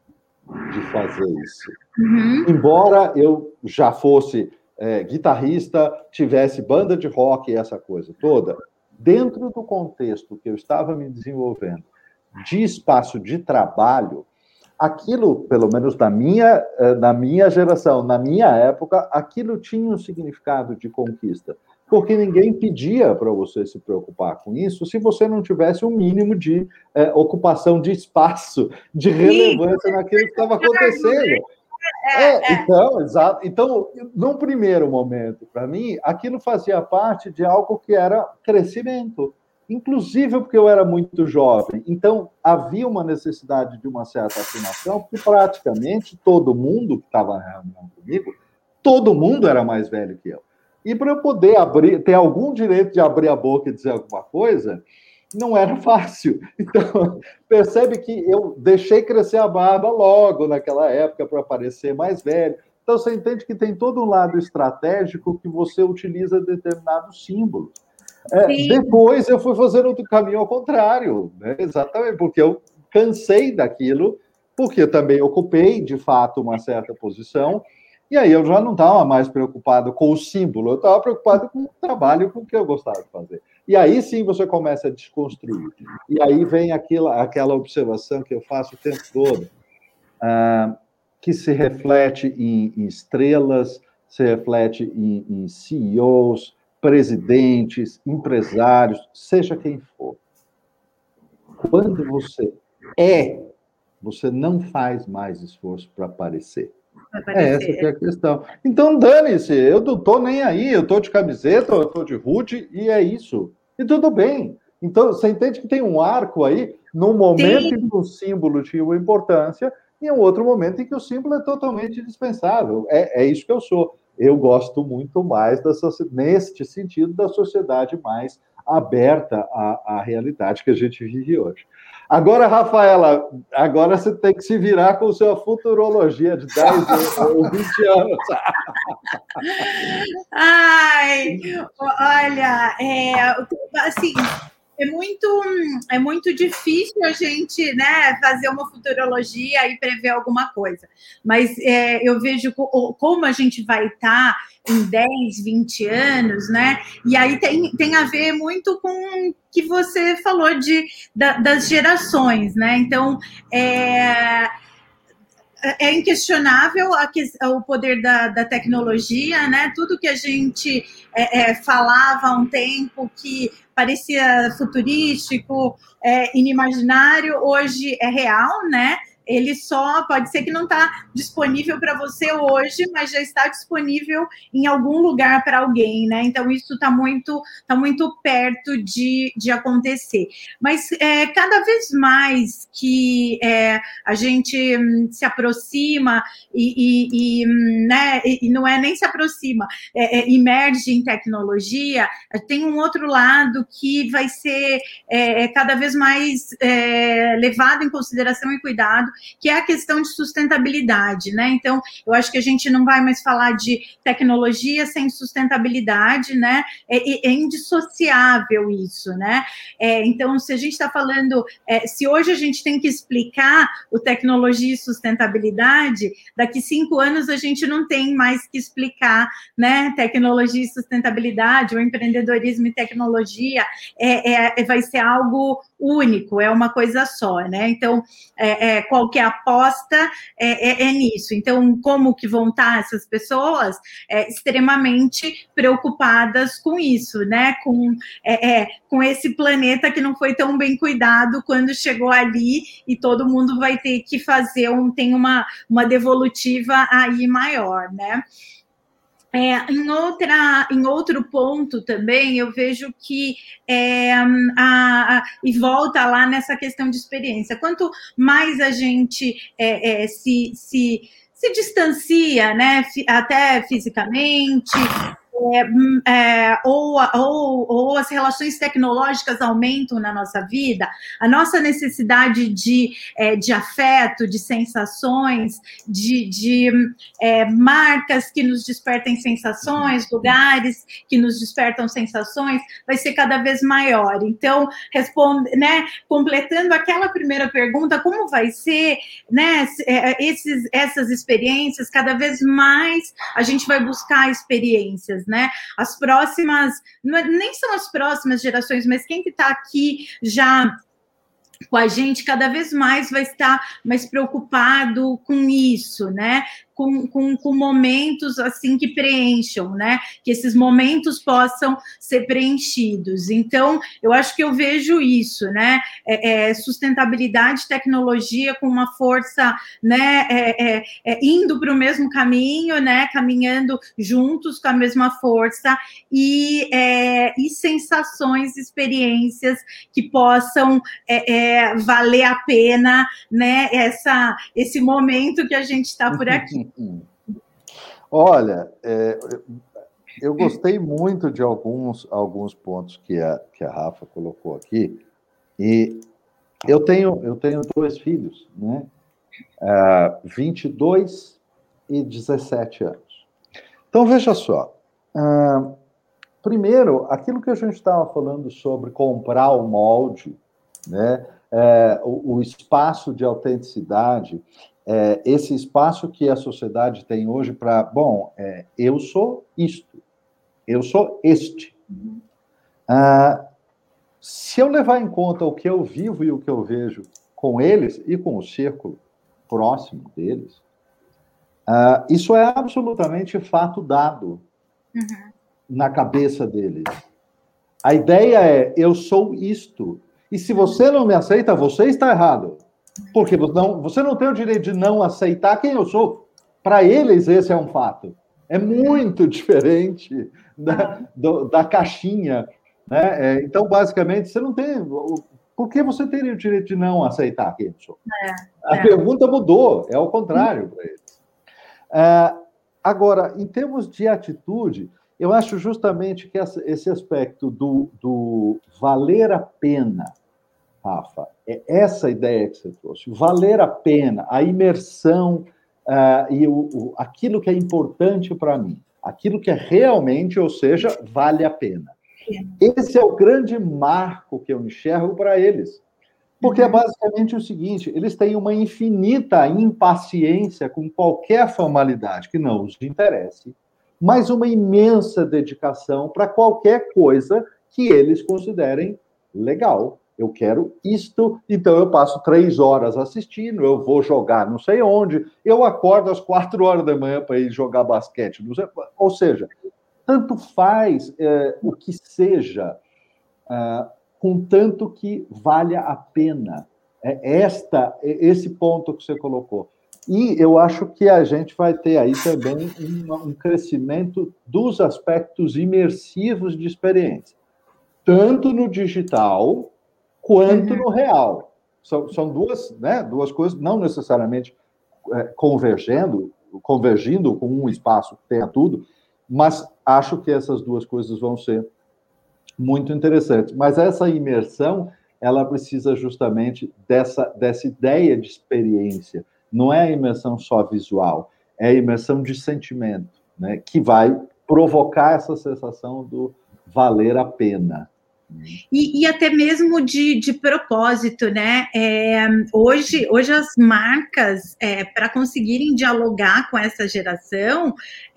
de fazer isso. Uhum. Embora eu já fosse é, guitarrista, tivesse banda de rock e essa coisa toda, dentro do contexto que eu estava me desenvolvendo, de espaço de trabalho, aquilo, pelo menos na minha, na minha geração, na minha época, aquilo tinha um significado de conquista, porque ninguém pedia para você se preocupar com isso se você não tivesse um mínimo de é, ocupação de espaço, de relevância naquilo que estava acontecendo. É, então, exato. Então, num primeiro momento, para mim, aquilo fazia parte de algo que era crescimento, inclusive porque eu era muito jovem. Então, havia uma necessidade de uma certa afinação, porque praticamente todo mundo que estava na reunião comigo, todo mundo era mais velho que eu. E para eu poder abrir, ter algum direito de abrir a boca e dizer alguma coisa, não era fácil. Então, percebe que eu deixei crescer a barba logo naquela época para parecer mais velho. Então, você entende que tem todo um lado estratégico que você utiliza determinados símbolos. É, depois, eu fui fazendo outro caminho ao contrário, né? Exatamente, porque eu cansei daquilo, porque eu também ocupei, de fato, uma certa posição, e aí eu já não estava mais preocupado com o símbolo, eu estava preocupado com o trabalho, com o que eu gostava de fazer. E aí sim você começa a desconstruir. E aí vem aquela, aquela observação que eu faço o tempo todo, ah, que se reflete em, em estrelas, se reflete em, em C E Os, presidentes, empresários, seja quem for. Quando você é, você não faz mais esforço para aparecer. É essa que é a questão. Então, dane-se, eu não estou nem aí, eu estou de camiseta, eu estou de hoodie, e é isso. E tudo bem. Então, você entende que tem um arco aí, num momento Sim. em que o símbolo tinha uma importância, e um outro momento em que o símbolo é totalmente indispensável. É, é isso que eu sou. Eu gosto muito mais, da neste sentido, da sociedade mais aberta à, à realidade que a gente vive hoje. Agora, Rafaela, agora você tem que se virar com sua futurologia de dez ou vinte anos.
Ai, olha, é, assim, é muito, é muito difícil a gente, né, fazer uma futurologia e prever alguma coisa. Mas é, eu vejo como a gente vai estar em dez, vinte anos, né? E aí tem, tem a ver muito com o que você falou de, da, das gerações, né? Então, é... é inquestionável a que, o poder da, da tecnologia, né? Tudo que a gente é, é, falava há um tempo que parecia futurístico, é, inimaginário, hoje é real, né? Ele só pode ser que não está disponível para você hoje, mas já está disponível em algum lugar para alguém, né? Então, isso está muito, tá muito perto de, de acontecer. Mas é, cada vez mais que é, a gente hum, se aproxima e, e, e, né, e não é nem se aproxima, é, é, emerge em tecnologia, tem um outro lado que vai ser é, cada vez mais é, levado em consideração e cuidado, que é a questão de sustentabilidade, né? Então, eu acho que a gente não vai mais falar de tecnologia sem sustentabilidade, né? É, é indissociável isso, né? É, então, se a gente está falando, é, se hoje a gente tem que explicar o tecnologia e sustentabilidade, daqui cinco anos a gente não tem mais que explicar, né? Tecnologia e sustentabilidade, o empreendedorismo e tecnologia, é, é, vai ser algo único, é uma coisa só, né? Então, é, é, qualquer aposta é, é, é nisso. Então, como que vão estar essas pessoas? É, extremamente preocupadas com isso, né? Com, é, é, com esse planeta que não foi tão bem cuidado quando chegou ali e todo mundo vai ter que fazer, um, tem uma, uma devolutiva aí maior, né? É, em, outra, em outro ponto também, eu vejo que, é, a, a, e volta lá nessa questão de experiência, quanto mais a gente é, é, se, se, se distancia, né, até fisicamente, é, é, ou, ou, ou as relações tecnológicas aumentam na nossa vida, a nossa necessidade de, é, de afeto, de sensações, de, de é, marcas que nos despertem sensações, lugares que nos despertam sensações, vai ser cada vez maior. Então, responde, né, completando aquela primeira pergunta, como vai ser, né, esses, essas experiências, cada vez mais a gente vai buscar experiências, né? As próximas, não é, nem são as próximas gerações, mas quem que está aqui já com a gente, cada vez mais vai estar mais preocupado com isso, né? Com, com, com momentos assim que preencham, né? Que esses momentos possam ser preenchidos. Então, eu acho que eu vejo isso, né? É, é, sustentabilidade, tecnologia com uma força, né? É, é, é, indo para o mesmo caminho, né? Caminhando juntos com a mesma força e, é, e sensações, experiências que possam é, é, valer a pena, né? Essa, esse momento que a gente está por aqui.
Olha, é, eu gostei muito de alguns, alguns pontos que a, que a Rafa colocou aqui, e eu tenho, eu tenho dois filhos, né? Uh, vinte e dois e dezessete anos. Então, veja só. Uh, primeiro, aquilo que a gente estava falando sobre comprar o molde, né? É, o, o espaço de autenticidade, é, esse espaço que a sociedade tem hoje para, bom, é, eu sou isto, eu sou este. Ah, se eu levar em conta o que eu vivo e o que eu vejo com eles e com o círculo próximo deles, ah, isso é absolutamente fato dado uhum. na cabeça deles. A ideia é, eu sou isto. E se você não me aceita, você está errado. Porque você não, você não tem o direito de não aceitar quem eu sou. Para eles, esse é um fato. É muito diferente da, do, da caixinha. Né? É, então, basicamente, você não tem... Por que você teria o direito de não aceitar quem eu sou? É, A é. pergunta mudou. É o contrário para eles. É, agora, em termos de atitude... Eu acho justamente que esse aspecto do, do valer a pena, Rafa, é essa ideia que você trouxe, valer a pena, a imersão uh, e o, o, aquilo que é importante para mim, aquilo que é realmente, ou seja, vale a pena. Esse é o grande marco que eu enxergo para eles. Porque é basicamente o seguinte, eles têm uma infinita impaciência com qualquer formalidade que não os interesse, mas uma imensa dedicação para qualquer coisa que eles considerem legal. Eu quero isto, então eu passo três horas assistindo, eu vou jogar não sei onde, eu acordo às quatro horas da manhã para ir jogar basquete. Não sei, ou seja, tanto faz é, o que seja, é, contanto que valha a pena. É esta, esse ponto que você colocou. E eu acho que a gente vai ter aí também um, um crescimento dos aspectos imersivos de experiência, tanto no digital quanto uhum. no real. São, são duas, né, duas coisas, não necessariamente é, convergendo, convergindo com um espaço que tenha tudo, mas acho que essas duas coisas vão ser muito interessantes. Mas essa imersão, ela precisa justamente dessa, dessa ideia de experiência. Não é a imersão só visual, é a imersão de sentimento, né, que vai provocar essa sensação do valer a pena.
E, e até mesmo de, de propósito, né? É, hoje, hoje as marcas, é, para conseguirem dialogar com essa geração,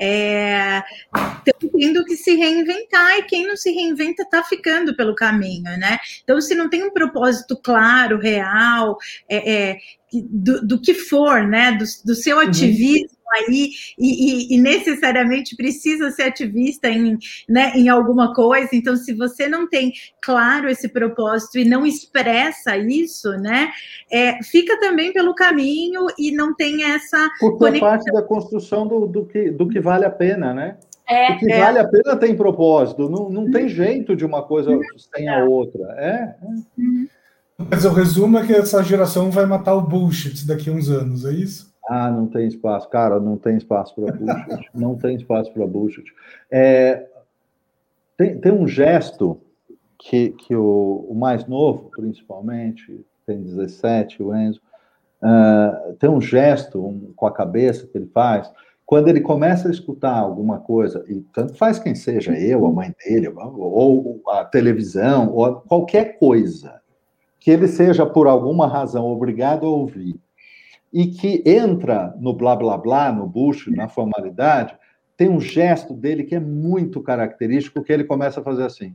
é, estão tendo que se reinventar, e quem não se reinventa está ficando pelo caminho, né? Então, se não tem um propósito claro, real, é, é, do, do que for, né? Do, do seu ativismo, uhum. aí e, e, e necessariamente precisa ser ativista em, né, em alguma coisa. Então, se você não tem claro esse propósito e não expressa isso, né, é, fica também pelo caminho e não tem essa
Porque conexão. É parte da construção do, do, que, do que vale a pena, né?
É,
o que
é.
vale a pena tem propósito, não, não tem jeito de uma coisa sem a outra. É, é.
Mas o resumo é que essa geração vai matar o bullshit daqui a uns anos, é isso?
Ah, não tem espaço. Cara, não tem espaço para bullshit. Não tem espaço para bullshit. É, Tem, tem um gesto que, que o, o mais novo, principalmente, tem dezessete, o Enzo, uh, tem um gesto um, com a cabeça que ele faz, quando ele começa a escutar alguma coisa, e tanto faz quem seja, eu, a mãe dele, ou a televisão, ou qualquer coisa, que ele seja, por alguma razão, obrigado a ouvir, e que entra no blá, blá, blá, no bucho, na formalidade, tem um gesto dele que é muito característico, que ele começa a fazer assim.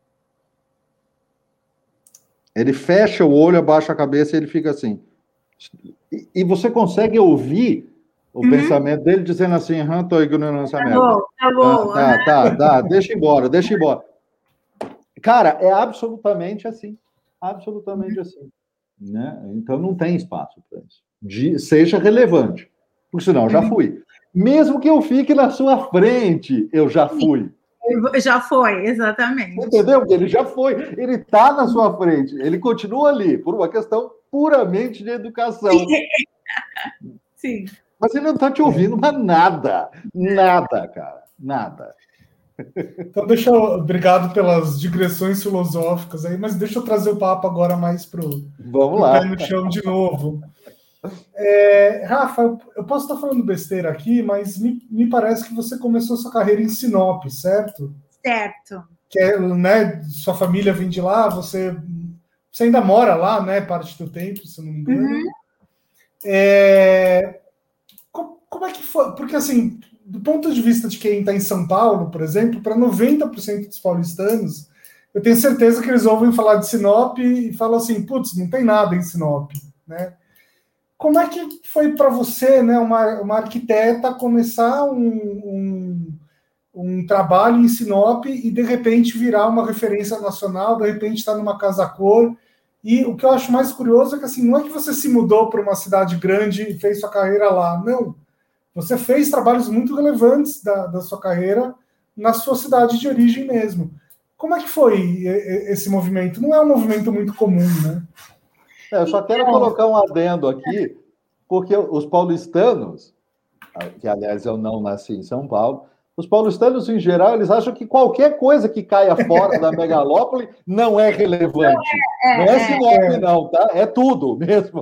Ele fecha o olho, abaixa a cabeça e ele fica assim. E, e você consegue ouvir o uhum. pensamento dele dizendo assim, aham, tô ignorando essa merda.
Tá bom, tá bom.
Ah, tá, tá, tá, deixa embora, deixa embora. Cara, é absolutamente assim. Absolutamente uhum. assim. Né? Então não tem espaço para isso. De, seja relevante. Porque senão eu já fui. Mesmo que eu fique na sua frente, eu já fui.
Já foi, exatamente.
Entendeu? Ele já foi. Ele está na sua frente. Ele continua ali, por uma questão puramente de educação.
Sim.
Mas ele não está te ouvindo, mas nada. Nada, cara. Nada.
Então, deixa eu... Obrigado pelas digressões filosóficas aí, mas deixa eu trazer o papo agora mais para o pé no chão de novo. É, Rafa, eu posso estar falando besteira aqui, mas me, me parece que você começou sua carreira em Sinop, certo?
Certo.
Que é, né, sua família vem de lá, você, você ainda mora lá, né, parte do tempo, se não me engano. Uhum. É, como, como é que foi? Porque, assim, do ponto de vista de quem está em São Paulo, por exemplo, para noventa por cento dos paulistanos, eu tenho certeza que eles ouvem falar de Sinop e falam assim, putz, não tem nada em Sinop, né? Como é que foi para você, né, uma, uma arquiteta, começar um, um, um trabalho em Sinop e, de repente, virar uma referência nacional, de repente estar numa casa-cor? E o que eu acho mais curioso é que, assim, não é que você se mudou para uma cidade grande e fez sua carreira lá, não. Você fez trabalhos muito relevantes da, da sua carreira na sua cidade de origem mesmo. Como é que foi esse movimento? Não é um movimento muito comum, né?
Eu só quero colocar um adendo aqui, porque os paulistanos, que aliás eu não nasci em São Paulo, os paulistanos em geral, eles acham que qualquer coisa que caia fora da megalópole não é relevante. É, é, não é Sinop, é. não, tá? É tudo mesmo.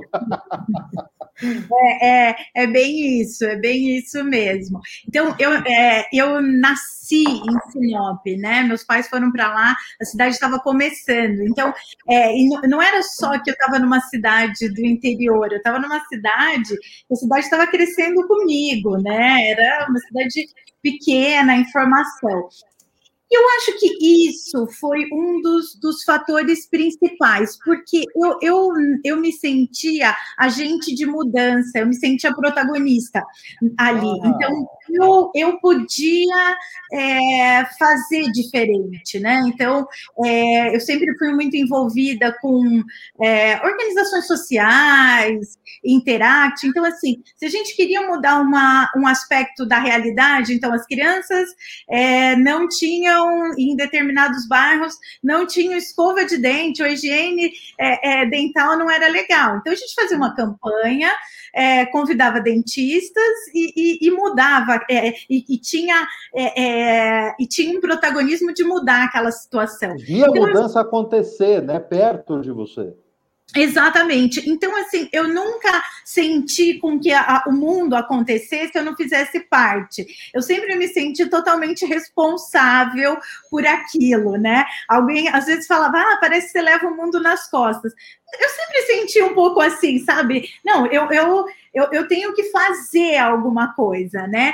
É, é, é bem isso, é bem isso mesmo. Então, eu, é, eu nasci em Sinop, né? Meus pais foram para lá, a cidade estava começando. Então, é, e não era só que eu estava numa cidade do interior, eu estava numa cidade, a cidade estava crescendo comigo, né? Era uma cidade pequena, em formação. Eu acho que isso foi um dos, dos fatores principais, porque eu, eu, eu me sentia agente de mudança, eu me sentia protagonista ali. Ah. Então, eu, eu podia é, fazer diferente, né? Então, é, eu sempre fui muito envolvida com é, organizações sociais, Interact. Então, assim, se a gente queria mudar uma, um aspecto da realidade, então as crianças é, não tinham em determinados bairros, não tinha escova de dente, ou higiene é, é, dental não era legal. Então, a gente fazia uma campanha, é, convidava dentistas e, e, e mudava, é, e, e, tinha, é, é, e tinha um protagonismo de mudar aquela situação.
E a então, mudança eu... acontecer, né, perto de você.
Exatamente. Então, assim, eu nunca senti com que a, a, o mundo acontecesse se eu não fizesse parte. Eu sempre me senti totalmente responsável por aquilo, né? Alguém, às vezes, falava, ah, parece que você leva o mundo nas costas. Eu sempre senti um pouco assim, sabe? Não, eu, eu, eu, eu tenho que fazer alguma coisa, né?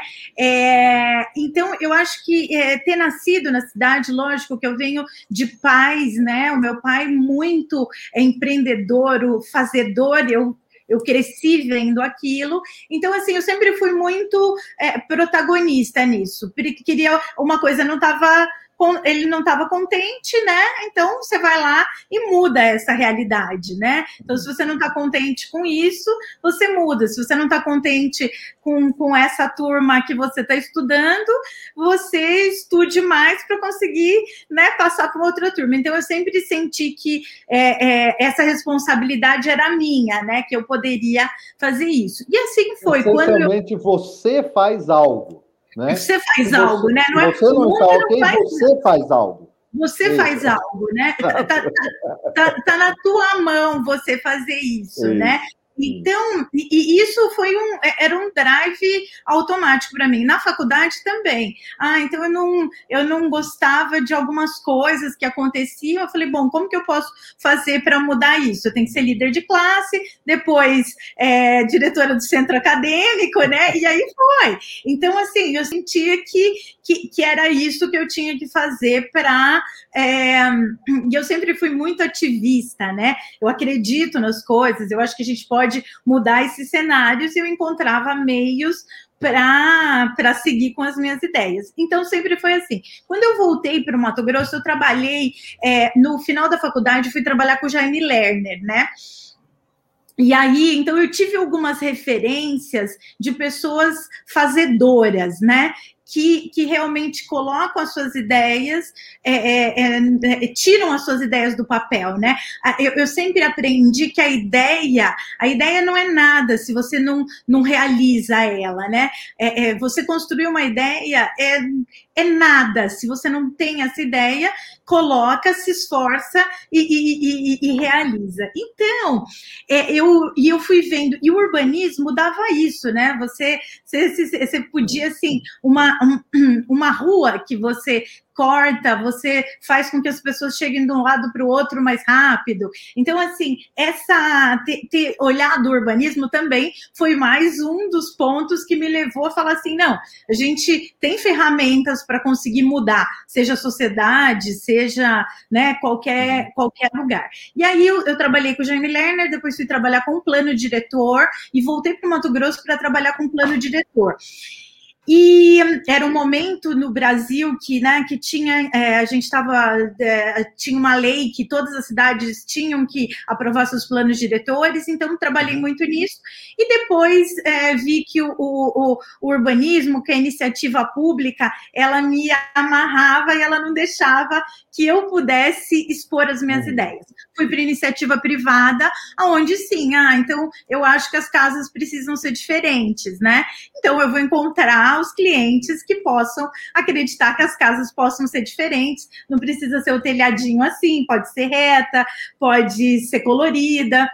É, então, eu acho que é, ter nascido na cidade, lógico que eu venho de pais, né? O meu pai muito empreendedor, o fazedor, eu eu cresci vendo aquilo, então, assim, eu sempre fui muito é, protagonista nisso, porque queria uma coisa, não estava... ele não estava contente, né? Então, você vai lá e muda essa realidade, né? Então, se você não está contente com isso, você muda. Se você não está contente com, com essa turma que você está estudando, você estude mais para conseguir, né, passar para outra turma. Então, eu sempre senti que é, é, essa responsabilidade era minha, né? Que eu poderia fazer isso. E assim foi.
Essencialmente, quando eu... você faz algo. Né?
Você faz
você,
algo, né? Não é,
você não está ok,
faz,
você faz algo.
Você
isso.
faz algo, né? Tá, tá, tá, tá na tua mão você fazer isso, isso. né? Então, e isso foi um, era um drive automático para mim. Na faculdade também. Ah, então eu não, eu não gostava de algumas coisas que aconteciam. Eu falei, bom, como que eu posso fazer para mudar isso? Eu tenho que ser líder de classe, depois é, diretora do centro acadêmico, né? E aí foi. Então, assim, eu sentia que, que, que era isso que eu tinha que fazer para... É, e eu sempre fui muito ativista, né? Eu acredito nas coisas, eu acho que a gente pode pode mudar esses cenários e eu encontrava meios para seguir com as minhas ideias. Então, sempre foi assim. Quando eu voltei para o Mato Grosso, eu trabalhei, é, no final da faculdade, fui trabalhar com o Jaime Lerner, né? E aí, então, eu tive algumas referências de pessoas fazedoras, né? Que, que realmente colocam as suas ideias, é, é, é, tiram as suas ideias do papel, né? Eu, eu sempre aprendi que a ideia, a ideia não é nada se você não, não realiza ela, né? É, é, você construir uma ideia é, é nada se você não tem essa ideia, coloca, se esforça e, e, e, e realiza. Então, é, eu, e eu fui vendo, e o urbanismo dava isso, né? Você, você, você podia, assim, uma uma rua que você corta, você faz com que as pessoas cheguem de um lado para o outro mais rápido. Então, assim, essa ter, ter olhado o urbanismo também foi mais um dos pontos que me levou a falar assim, não, a gente tem ferramentas para conseguir mudar, seja a sociedade, seja, né, qualquer, qualquer lugar. E aí eu, eu trabalhei com o Jaime Lerner, depois fui trabalhar com o plano diretor e voltei para o Mato Grosso para trabalhar com o plano diretor. E era um momento no Brasil que, né, que tinha, é, a gente estava, é, tinha uma lei que todas as cidades tinham que aprovar seus planos diretores, então trabalhei muito nisso, e depois é, vi que o, o, o urbanismo, que a iniciativa pública, ela me amarrava e ela não deixava que eu pudesse expor as minhas uhum. ideias. Fui para iniciativa privada, onde sim, ah, então eu acho que as casas precisam ser diferentes, né? Então eu vou encontrar os clientes que possam acreditar que as casas possam ser diferentes, não precisa ser o telhadinho assim, pode ser reta, pode ser colorida,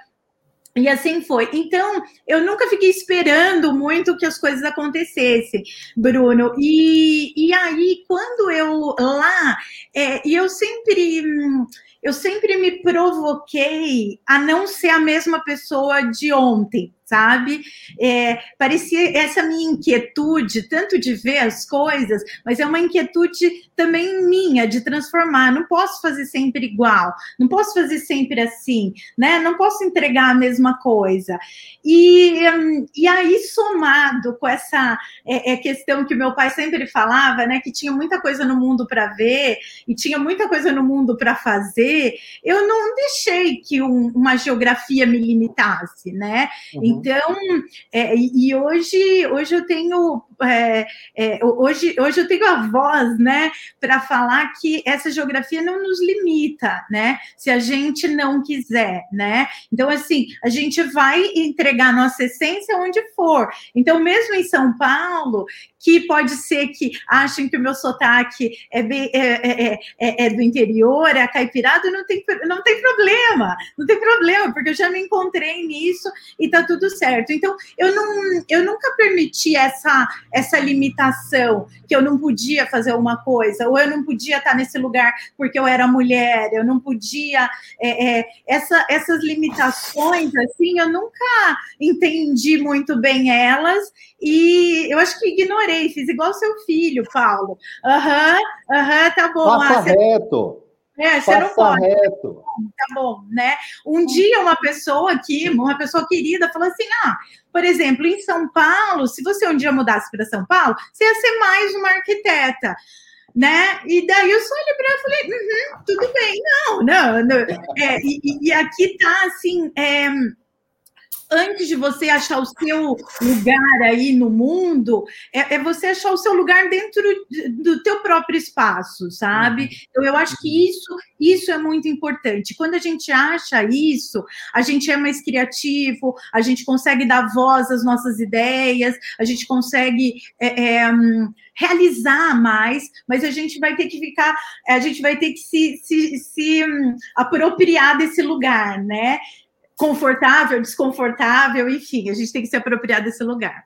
e assim foi. Então, eu nunca fiquei esperando muito que as coisas acontecessem, Bruno, e, e aí, quando eu lá, é, e eu sempre... eu sempre me provoquei a não ser a mesma pessoa de ontem, sabe? É, parecia essa minha inquietude, tanto de ver as coisas, mas é uma inquietude também minha, de transformar. Não posso fazer sempre igual, não posso fazer sempre assim, né? Não posso entregar a mesma coisa. E, e aí, somado com essa é, é questão que meu pai sempre falava, né? Que tinha muita coisa no mundo para ver e tinha muita coisa no mundo para fazer, eu não deixei que um, uma geografia me limitasse, né? Uhum. Então, é, e hoje, hoje eu tenho é, é, hoje, hoje eu tenho a voz, né, para falar que essa geografia não nos limita, né? Se a gente não quiser, né? Então, assim, a gente vai entregar nossa essência onde for. Então, mesmo em São Paulo, que pode ser que achem que o meu sotaque é, bem, é, é, é, é do interior, é caipirado, não tem, não tem problema, não tem problema, porque eu já me encontrei nisso e tá tudo certo. Então, eu, não, eu nunca permiti essa, essa limitação, que eu não podia fazer uma coisa, ou eu não podia estar nesse lugar porque eu era mulher, eu não podia... É, é, essa, essas limitações, assim, eu nunca entendi muito bem elas, e eu acho que ignorei, fiz igual seu filho, Paulo. Aham, uhum, aham, uhum, tá bom.
Passa
ah,
reto.
É, você não pode.
Reto.
Tá bom, né? Um dia uma pessoa aqui, uma pessoa querida, falou assim, ah, por exemplo, em São Paulo, se você um dia mudasse para São Paulo, você ia ser mais uma arquiteta, né? E daí eu só olhei para ela e falei, uhum, tudo bem, não, não, não. É, e, e aqui tá assim, é, antes de você achar o seu lugar aí no mundo, é, é você achar o seu lugar dentro do teu próprio espaço, sabe? Então, eu acho que isso, isso é muito importante. Quando a gente acha isso, a gente é mais criativo, a gente consegue dar voz às nossas ideias, a gente consegue é, é, realizar mais, mas a gente vai ter que ficar, a gente vai ter que se, se, se um, apropriar desse lugar, né? Confortável, desconfortável, enfim, a gente tem que se apropriar desse lugar.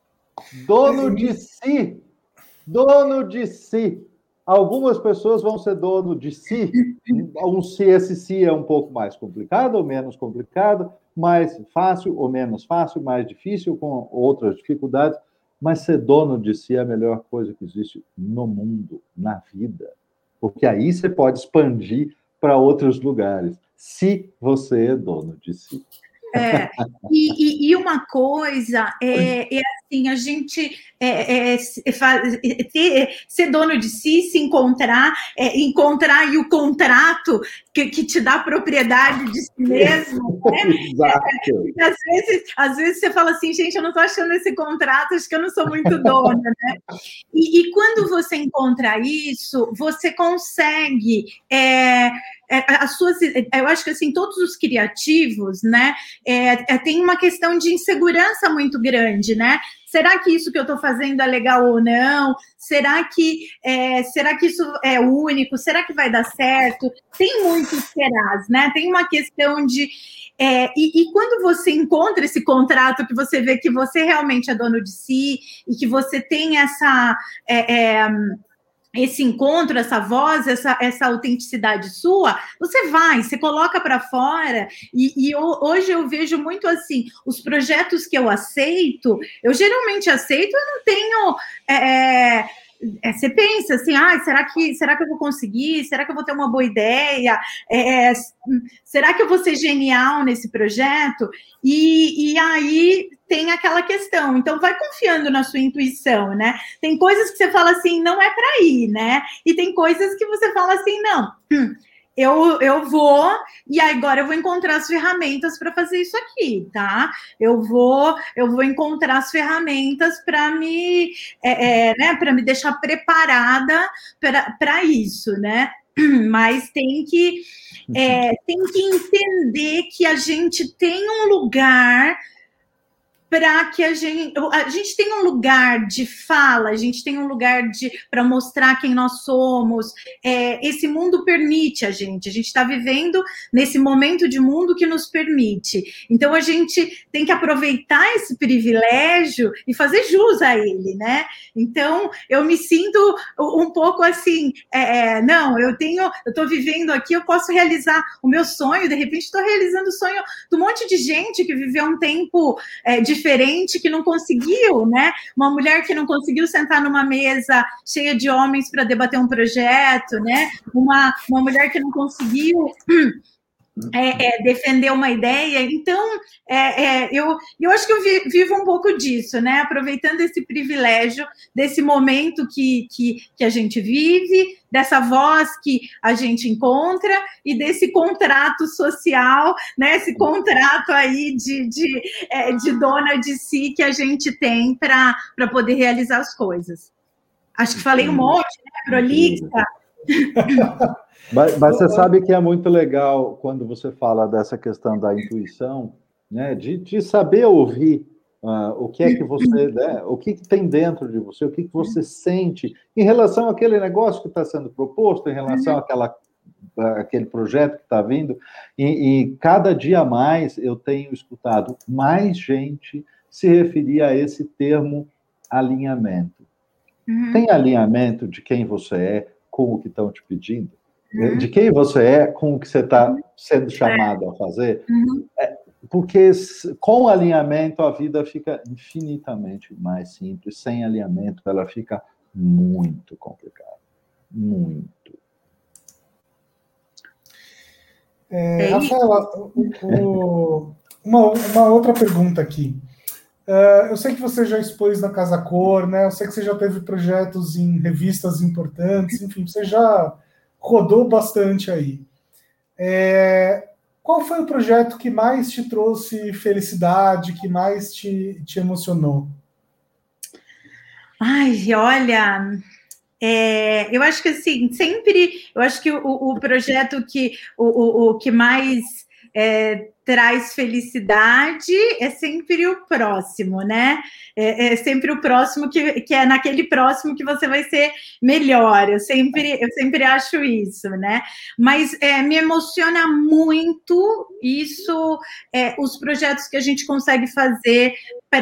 Dono de si, dono de si. Algumas pessoas vão ser dono de si. Um si, esse si é um pouco mais complicado ou menos complicado, mais fácil ou menos fácil, mais difícil, com outras dificuldades, mas ser dono de si é a melhor coisa que existe no mundo, na vida. Porque aí você pode expandir para outros lugares, se você é dono de si.
É, e, e, e uma coisa é, é assim, a gente é, é, é, ter, ser dono de si, se encontrar, é, encontrar aí o contrato que, que te dá propriedade de si mesmo, né?
Exato.
É, às, vezes, às vezes você fala assim, gente, eu não estou achando esse contrato, acho que eu não sou muito dona, né? E, e quando você encontra isso, você consegue... É, as suas, eu acho que assim, todos os criativos, né, é, é, tem uma questão de insegurança muito grande, né? Será que isso que eu estou fazendo é legal ou não? Será que, é, será que isso é único? Será que vai dar certo? Tem muitos serás, né? Tem uma questão de... É, e, e quando você encontra esse contrato, que você vê que você realmente é dono de si e que você tem essa... É, é, esse encontro, essa voz, essa, essa autenticidade sua, você vai, você coloca para fora, e, e eu, hoje eu vejo muito assim, os projetos que eu aceito, eu geralmente aceito, eu não tenho... É, É, você pensa assim, ah, será que, será que eu vou conseguir? Será que eu vou ter uma boa ideia? É, será que eu vou ser genial nesse projeto? E, e aí tem aquela questão. Então, vai confiando na sua intuição, né? Tem coisas que você fala assim, não é para ir, né? E tem coisas que você fala assim, não... Eu, eu vou, e agora eu vou encontrar as ferramentas para fazer isso aqui, tá? Eu vou, eu vou encontrar as ferramentas para me, é, é, né, para me deixar preparada para isso, né? Mas tem que, é, tem que entender que a gente tem um lugar para que a gente, a gente tenha um lugar de fala, a gente tem um lugar de para mostrar quem nós somos. É, esse mundo permite a gente, a gente está vivendo nesse momento de mundo que nos permite. Então, a gente tem que aproveitar esse privilégio e fazer jus a ele, né? Então, eu me sinto um pouco assim, é, não, eu tenho, eu estou vivendo aqui, eu posso realizar o meu sonho, de repente estou realizando o sonho de um monte de gente que viveu um tempo é, de diferente, que não conseguiu, né? Uma mulher que não conseguiu sentar numa mesa cheia de homens para debater um projeto, né? Uma, uma mulher que não conseguiu é, é, defender uma ideia. Então, é, é, eu, eu acho que eu vi, vivo um pouco disso, né? Aproveitando esse privilégio, desse momento que, que, que a gente vive, dessa voz que a gente encontra e desse contrato social, né? Esse contrato aí de, de, é, de dona de si que a gente tem para poder realizar as coisas. Acho que falei um monte, né? Prolixa.
Mas, mas você sabe que é muito legal quando você fala dessa questão da intuição, né? De, de saber ouvir uh, o que é que você, né? O que, que tem dentro de você, o que, que você sente em relação àquele negócio que está sendo proposto, em relação àquela, àquele projeto que está vindo. E, e cada dia mais eu tenho escutado mais gente se referir a esse termo alinhamento. Uhum. Tem alinhamento de quem você é com o que estão te pedindo? De quem você é com o que você está sendo chamado a fazer, uhum. é, porque com alinhamento a vida fica infinitamente mais simples, sem alinhamento ela fica muito complicada, muito.
É, Rafaela, o, o, uma, uma outra pergunta aqui. Uh, eu sei que você já expôs na Casa Cor, né? Eu sei que você já teve projetos em revistas importantes, enfim, você já rodou bastante aí. É, qual foi o projeto que mais te trouxe felicidade, que mais te, te emocionou?
Ai, olha, é, eu acho que assim, sempre, eu acho que o, o projeto que, o, o, o que mais é, traz felicidade é sempre o próximo, né? É, é sempre o próximo que, que é naquele próximo que você vai ser melhor. Eu sempre, eu sempre acho isso, né? Mas é, me emociona muito isso, é, os projetos que a gente consegue fazer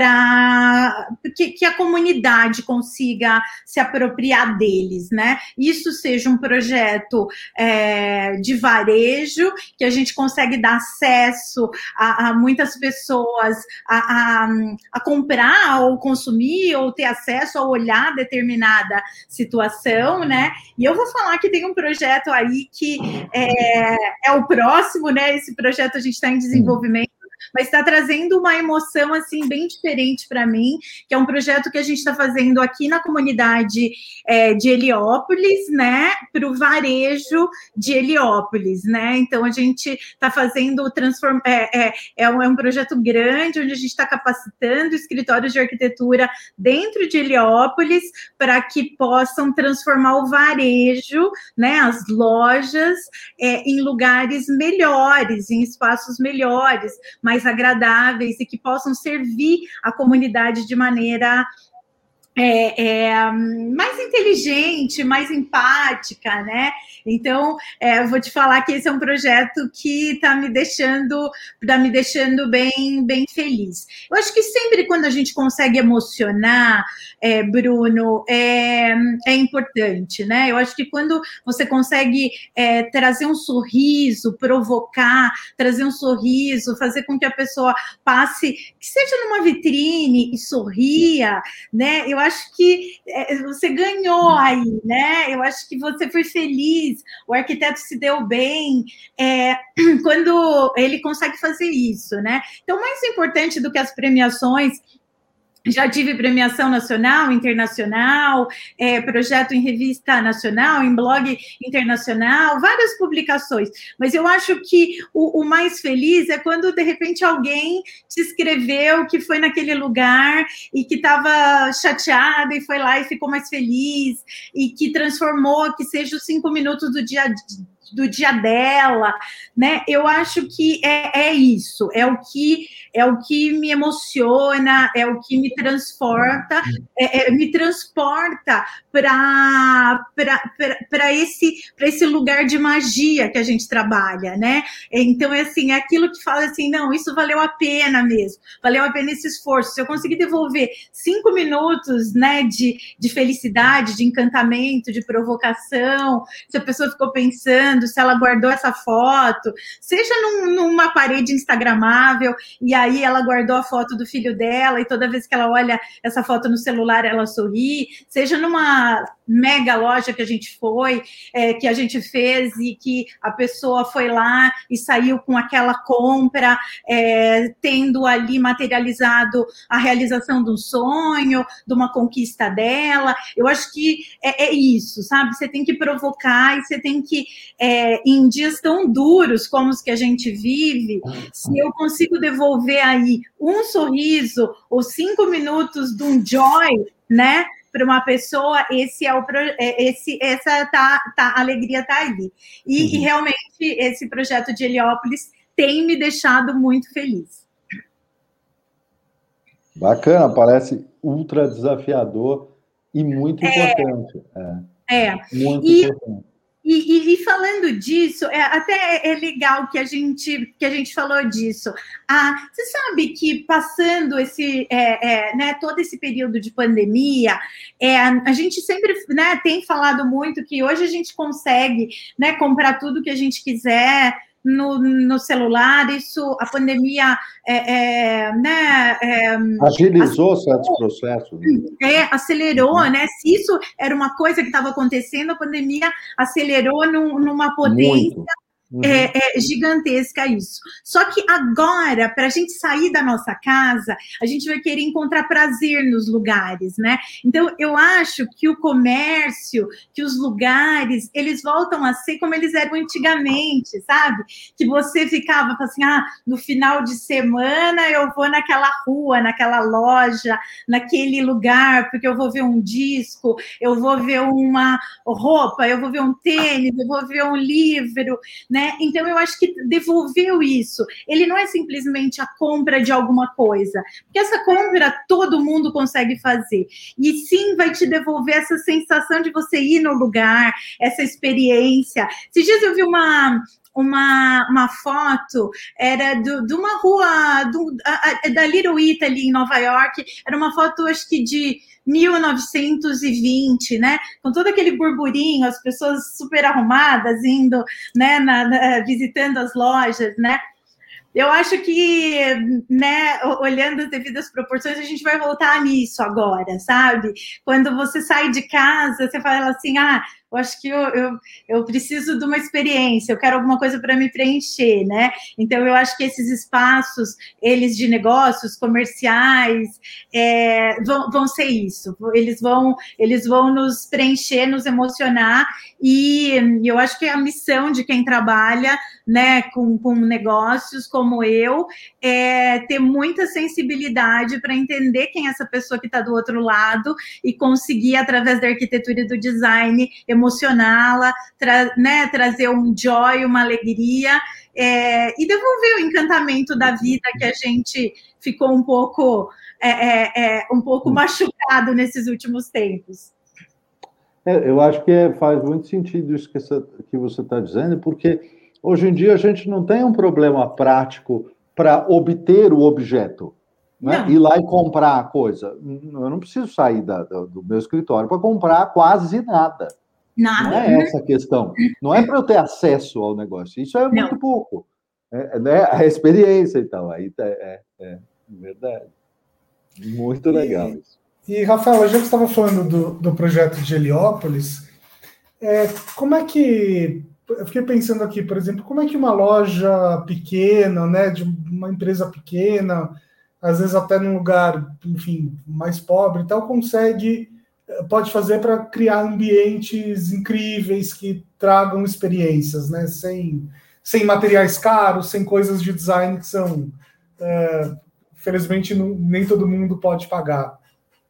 para que, que a comunidade consiga se apropriar deles, né? Isso seja um projeto é, de varejo, que a gente consegue dar acesso A, a muitas pessoas a, a, a comprar ou consumir ou ter acesso a olhar determinada situação, né? E eu vou falar que tem um projeto aí que é, é o próximo, né? Esse projeto a gente está em desenvolvimento, mas está trazendo uma emoção assim bem diferente para mim, que é um projeto que a gente está fazendo aqui na comunidade é, de Heliópolis, né, para o varejo de Heliópolis, né? Então a gente está fazendo transform... é, é, é, um, é um projeto grande onde a gente está capacitando escritórios de arquitetura dentro de Heliópolis para que possam transformar o varejo, né, as lojas, é, em lugares melhores, em espaços melhores, mais agradáveis e que possam servir a comunidade de maneira é, é, mais inteligente, mais empática, né? Então, é, eu vou te falar que esse é um projeto que está me deixando, tá me deixando bem, bem feliz. Eu acho que sempre quando a gente consegue emocionar, é, Bruno, é, é importante, né? Eu acho que quando você consegue é, trazer um sorriso, provocar, trazer um sorriso, fazer com que a pessoa passe, que seja numa vitrine e sorria, né? Eu acho que você ganhou aí, né? Eu acho que você foi feliz, o arquiteto se deu bem, é, quando ele consegue fazer isso, né? Então, mais importante do que as premiações, já tive premiação nacional, internacional, é, projeto em revista nacional, em blog internacional, várias publicações. Mas eu acho que o, o mais feliz é quando, de repente, alguém te escreveu que foi naquele lugar e que estava chateada e foi lá e ficou mais feliz e que transformou, que seja os cinco minutos do dia do dia dela, né? Eu acho que é, é isso, é o que é o que me emociona, é o que me transporta, é, é, me transporta para para esse para esse lugar de magia que a gente trabalha, né? Então é assim, é aquilo que fala assim, não, isso valeu a pena mesmo, valeu a pena esse esforço. Se eu conseguir devolver cinco minutos, né, de, de felicidade, de encantamento, de provocação, se a pessoa ficou pensando, se ela guardou essa foto, seja num, numa parede instagramável, e aí ela guardou a foto do filho dela, e toda vez que ela olha essa foto no celular, ela sorri, seja numa mega loja que a gente foi, é, que a gente fez, e que a pessoa foi lá e saiu com aquela compra, é, tendo ali materializado a realização de um sonho, de uma conquista dela. Eu acho que é, é isso, sabe? Você tem que provocar e você tem que É, em dias tão duros como os que a gente vive, se eu consigo devolver aí um sorriso ou cinco minutos de um joy, né, para uma pessoa, esse é o esse essa tá, tá a alegria tá ali. E, uhum. e realmente esse projeto de Heliópolis tem me deixado muito feliz.
Bacana, parece ultra desafiador e muito é, importante.
É, é.
muito
e,
importante.
E, e, e falando disso, é, até é legal que a gente, que a gente falou disso. Ah, você sabe que passando esse, é, é, né, todo esse período de pandemia, é, a gente sempre, né, tem falado muito que hoje a gente consegue, né, comprar tudo que a gente quiser no, no celular. Isso, a pandemia é, é, né, é,
agilizou acelerou, certos processos. Né?
É, acelerou, uhum. né? Se isso era uma coisa que estava acontecendo, a pandemia acelerou num, numa potência. Muito. Uhum. É, é gigantesca isso. Só que agora, para a gente sair da nossa casa, a gente vai querer encontrar prazer nos lugares, né? Então, eu acho que o comércio, que os lugares, eles voltam a ser como eles eram antigamente, sabe? Que você ficava assim, ah, no final de semana eu vou naquela rua, naquela loja, naquele lugar, porque eu vou ver um disco, eu vou ver uma roupa, eu vou ver um tênis, eu vou ver um livro, né? Né? Então, eu acho que devolveu isso. Ele não é simplesmente a compra de alguma coisa, porque essa compra todo mundo consegue fazer. E sim, vai te devolver essa sensação de você ir no lugar, essa experiência. Esses dias eu vi uma... Uma, uma foto, era do, de uma rua do, a, a, da Little Italy, em Nova York, era uma foto, acho que de mil novecentos e vinte, né, com todo aquele burburinho, as pessoas super arrumadas, indo, né, na, na, visitando as lojas, né. Eu acho que, né, olhando as devidas proporções, a gente vai voltar nisso agora, sabe? Quando você sai de casa, você fala assim, ah, eu acho que eu, eu, eu preciso de uma experiência, eu quero alguma coisa para me preencher, né? Então, eu acho que esses espaços, eles de negócios, comerciais, é, vão, vão ser isso. Eles vão, eles vão nos preencher, nos emocionar, e eu acho que é a missão de quem trabalha, né, com, com negócios como eu, é ter muita sensibilidade para entender quem é essa pessoa que está do outro lado e conseguir, através da arquitetura e do design, emocioná-la, tra- né, trazer um joy, uma alegria, é, e devolver o encantamento da vida que a gente ficou um pouco, é, é, é, um pouco machucado nesses últimos tempos.
É, eu acho que é, faz muito sentido isso que, essa, que você está dizendo, porque hoje em dia a gente não tem um problema prático para obter o objeto, né? Ir lá e comprar a coisa. Eu não preciso sair da, do meu escritório para comprar quase nada.
Nada.
Não é essa a questão. Não é para eu ter acesso ao negócio. Isso é muito não. pouco. É, né? A experiência, então. Aí é, é, é verdade. Muito legal
e,
isso.
E, Rafael, já que você estava falando do, do projeto de Heliópolis, é, como é que... Eu fiquei pensando aqui, por exemplo, como é que uma loja pequena, né, de uma empresa pequena, às vezes até num lugar, enfim, mais pobre e tal, consegue, pode fazer para criar ambientes incríveis que tragam experiências, né, sem, sem materiais caros, sem coisas de design que são, é, infelizmente, não, nem todo mundo pode pagar.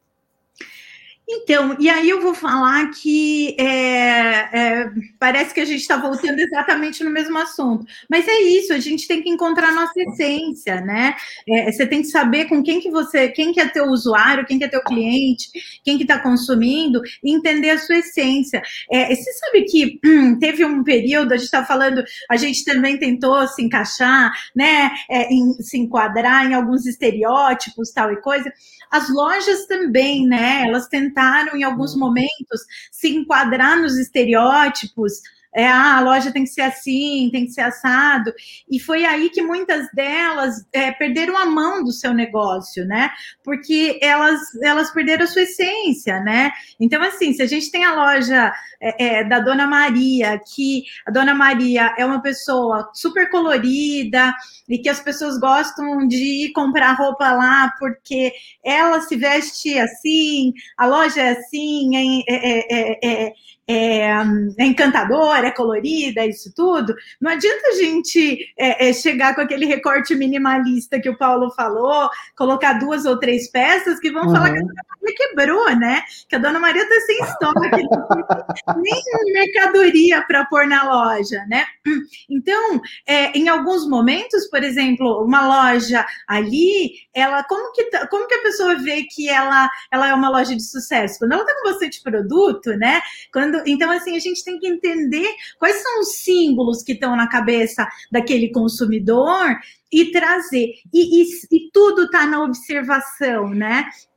Então, e aí eu vou falar que é, é, parece que a gente está voltando exatamente no mesmo assunto, mas é isso, a gente tem que encontrar a nossa essência, né? É, você tem que saber com quem que você, quem que é teu usuário, quem que é teu cliente, quem que está consumindo, e entender a sua essência. É, você sabe que hum, teve um período, a gente está falando, a gente também tentou se encaixar, né? É, em, se enquadrar em alguns estereótipos, tal e coisa. As lojas também, né? Elas tentaram, em alguns momentos, se enquadrar nos estereótipos. É, ah, a loja tem que ser assim, tem que ser assado. E foi aí que muitas delas é, perderam a mão do seu negócio, né? Porque elas, elas perderam a sua essência, né? Então, assim, se a gente tem a loja é, é, da Dona Maria, que a Dona Maria é uma pessoa super colorida e que as pessoas gostam de ir comprar roupa lá porque ela se veste assim, a loja é assim, é, é, é, é, é encantadora, é colorida, isso tudo, não adianta a gente é, é, chegar com aquele recorte minimalista que o Paulo falou, colocar duas ou três peças que vão uhum. falar que a Dona Maria quebrou, né? Que a Dona Maria está sem estoque, nem mercadoria para pôr na loja, né? Então, é, em alguns momentos, por exemplo, uma loja ali, ela, como que, como que a pessoa vê que ela, ela é uma loja de sucesso? Quando ela está com bastante produto, né? Quando, então, assim, a gente tem que entender quais são os símbolos que estão na cabeça daquele consumidor e trazer. E, e, e tudo está na observação, né?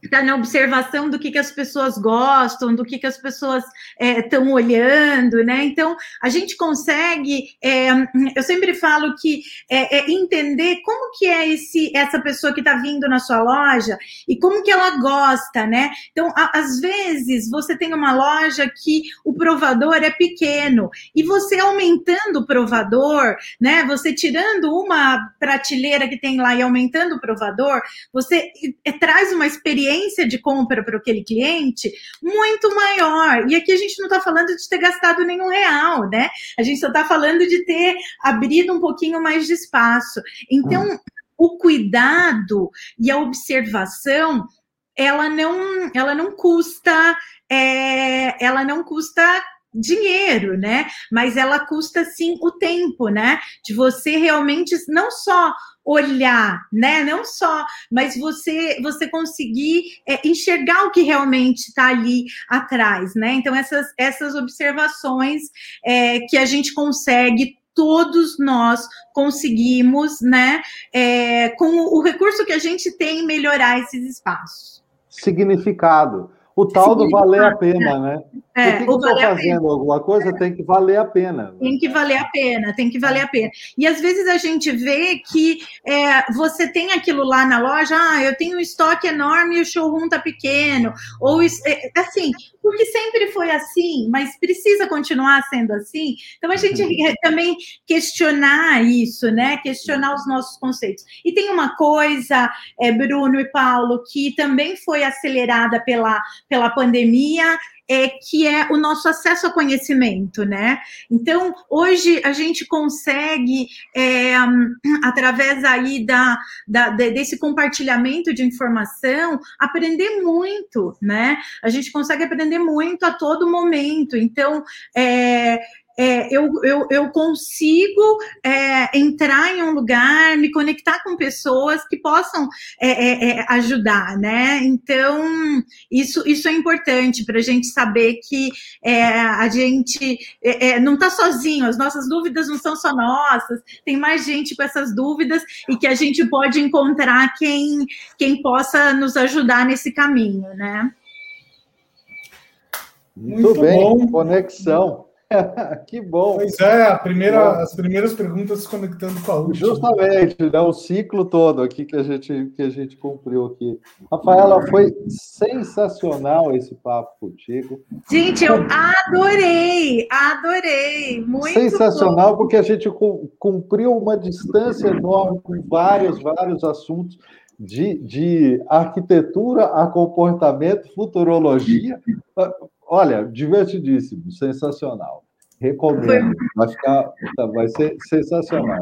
está na observação do que, que as pessoas gostam, do que, que as pessoas estão é, olhando, né? Então, a gente consegue, é, eu sempre falo que é, é entender como que é esse, essa pessoa que está vindo na sua loja e como que ela gosta, né? Então, a, às vezes, você tem uma loja que o provador é pequeno e você aumentando o provador, né? Você tirando uma prateleira que tem lá e aumentando o provador, você é, traz uma experiência de compra para aquele cliente muito maior. E aqui a gente não está falando de ter gastado nenhum real, né? A gente só está falando de ter abrido um pouquinho mais de espaço. Então, hum. o cuidado e a observação, ela não, ela não custa, é, ela não custa dinheiro, né? Mas ela custa, sim, o tempo, né? De você realmente não só olhar, né? Não só, mas você, você conseguir é, enxergar o que realmente está ali atrás, né? Então, essas, essas observações é, que a gente consegue, todos nós conseguimos, né? É, com o recurso que a gente tem, melhorar esses espaços.
Significado. O tal do valer a pena, né?
É,
Por que, que eu estou fazendo alguma coisa? Tem que valer a pena.
Tem que valer a pena, tem que valer a pena. E às vezes a gente vê que é, você tem aquilo lá na loja, ah, eu tenho um estoque enorme e o showroom tá pequeno, ou assim, porque sempre foi assim, mas precisa continuar sendo assim. Então a gente uhum. também questionar isso, né? Questionar os nossos conceitos. E tem uma coisa, é, Bruno e Paulo, que também foi acelerada pela, pela pandemia, é, que é o nosso acesso ao conhecimento, né? Então, hoje a gente consegue, é, através aí da, da, desse compartilhamento de informação, aprender muito, né? A gente consegue aprender muito a todo momento. Então, é... É, eu, eu, eu consigo é, entrar em um lugar, me conectar com pessoas que possam é, é, é, ajudar, né? Então, isso, isso é importante para a gente saber que é, a gente é, é, não está sozinho, as nossas dúvidas não são só nossas, tem mais gente com essas dúvidas e que a gente pode encontrar quem, quem possa nos ajudar nesse caminho, né?
Muito, Muito bem, bom. Conexão. Que bom.
Pois é, a primeira, as primeiras perguntas se conectando com a última.
Justamente, né, o ciclo todo aqui que a gente, que a gente cumpriu aqui. Rafaela, foi sensacional esse papo contigo.
Gente, eu adorei, adorei. Muito
sensacional,
bom.
Porque a gente cumpriu uma distância enorme com vários, vários assuntos de, de arquitetura a comportamento, futurologia. Olha, divertidíssimo, sensacional. Recomendo. Vai ficar, vai ser sensacional.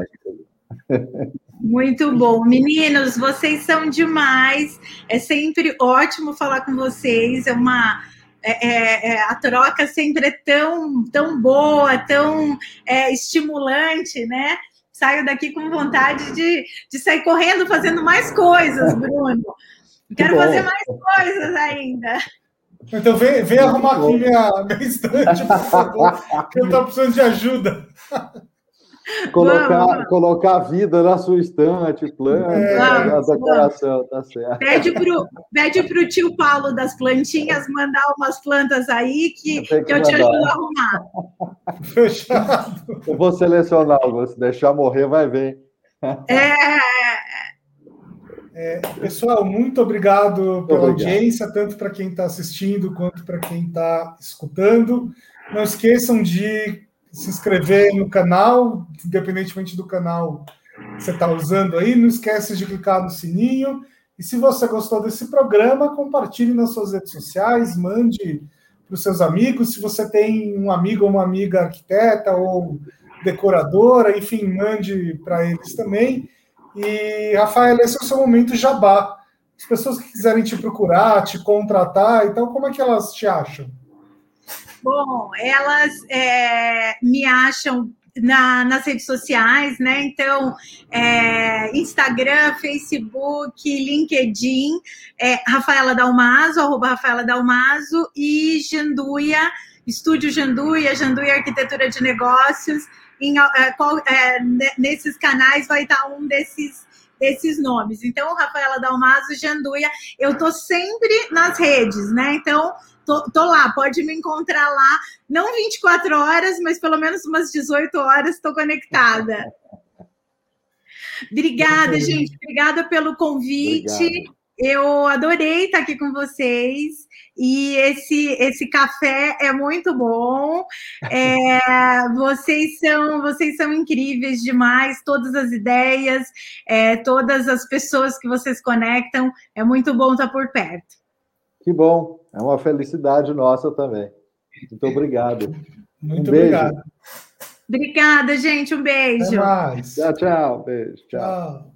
Muito bom. Meninos, vocês são demais. É sempre ótimo falar com vocês. É uma... É, é, a troca sempre é tão, tão boa, tão é, estimulante, né? Saio daqui com vontade de, de sair correndo, fazendo mais coisas, Bruno. Quero fazer mais coisas ainda.
Então, vem, vem arrumar aqui minha, minha estante, por favor, que eu estou precisando de ajuda.
Colocar, vamos. colocar a vida na sua estante, planta, é, a decoração, tá certo.
Pede pro, pede pro tio Paulo das plantinhas mandar umas plantas aí que, que, que eu te ajudo a arrumar.
Fechado.
Eu vou selecionar, se deixar morrer, vai ver.
É...
É, pessoal, muito obrigado pela
obrigado.
audiência, tanto para quem está assistindo quanto para quem está escutando. Não esqueçam de se inscrever no canal, independentemente do canal que você está usando aí. Não esquece de clicar no sininho. E se você gostou desse programa, compartilhe nas suas redes sociais, mande para os seus amigos. Se você tem um amigo ou uma amiga arquiteta ou decoradora, enfim, mande para eles também. E, Rafael, esse é o seu momento jabá. As pessoas que quiserem te procurar, te contratar, então, como é que elas te acham?
Bom, elas é, me acham na, nas redes sociais, né? Então, é, Instagram, Facebook, LinkedIn, é, Rafaela Dalmaso, arroba Rafaela Dalmaso, e Janduia, Estúdio Janduia, Janduia Arquitetura de Negócios. Em, é, qual, é, nesses canais vai estar um desses, desses nomes. Então, Rafaela Dalmaso, Janduia, eu tô sempre nas redes, né? Então, tô, tô lá, pode me encontrar lá, não vinte e quatro horas, mas pelo menos umas dezoito horas estou conectada. Obrigada, gente. Obrigada pelo convite. Obrigado. Eu adorei estar aqui com vocês. E esse, esse café é muito bom. É, vocês, são, vocês são incríveis demais. Todas as ideias, é, todas as pessoas que vocês conectam. É muito bom estar por perto.
Que bom. É uma felicidade nossa também. Muito obrigado.
Muito
um beijo.
obrigado.
Obrigada, gente. Um beijo.
Até mais.
Tchau, tchau. Beijo. Tchau.
Tchau.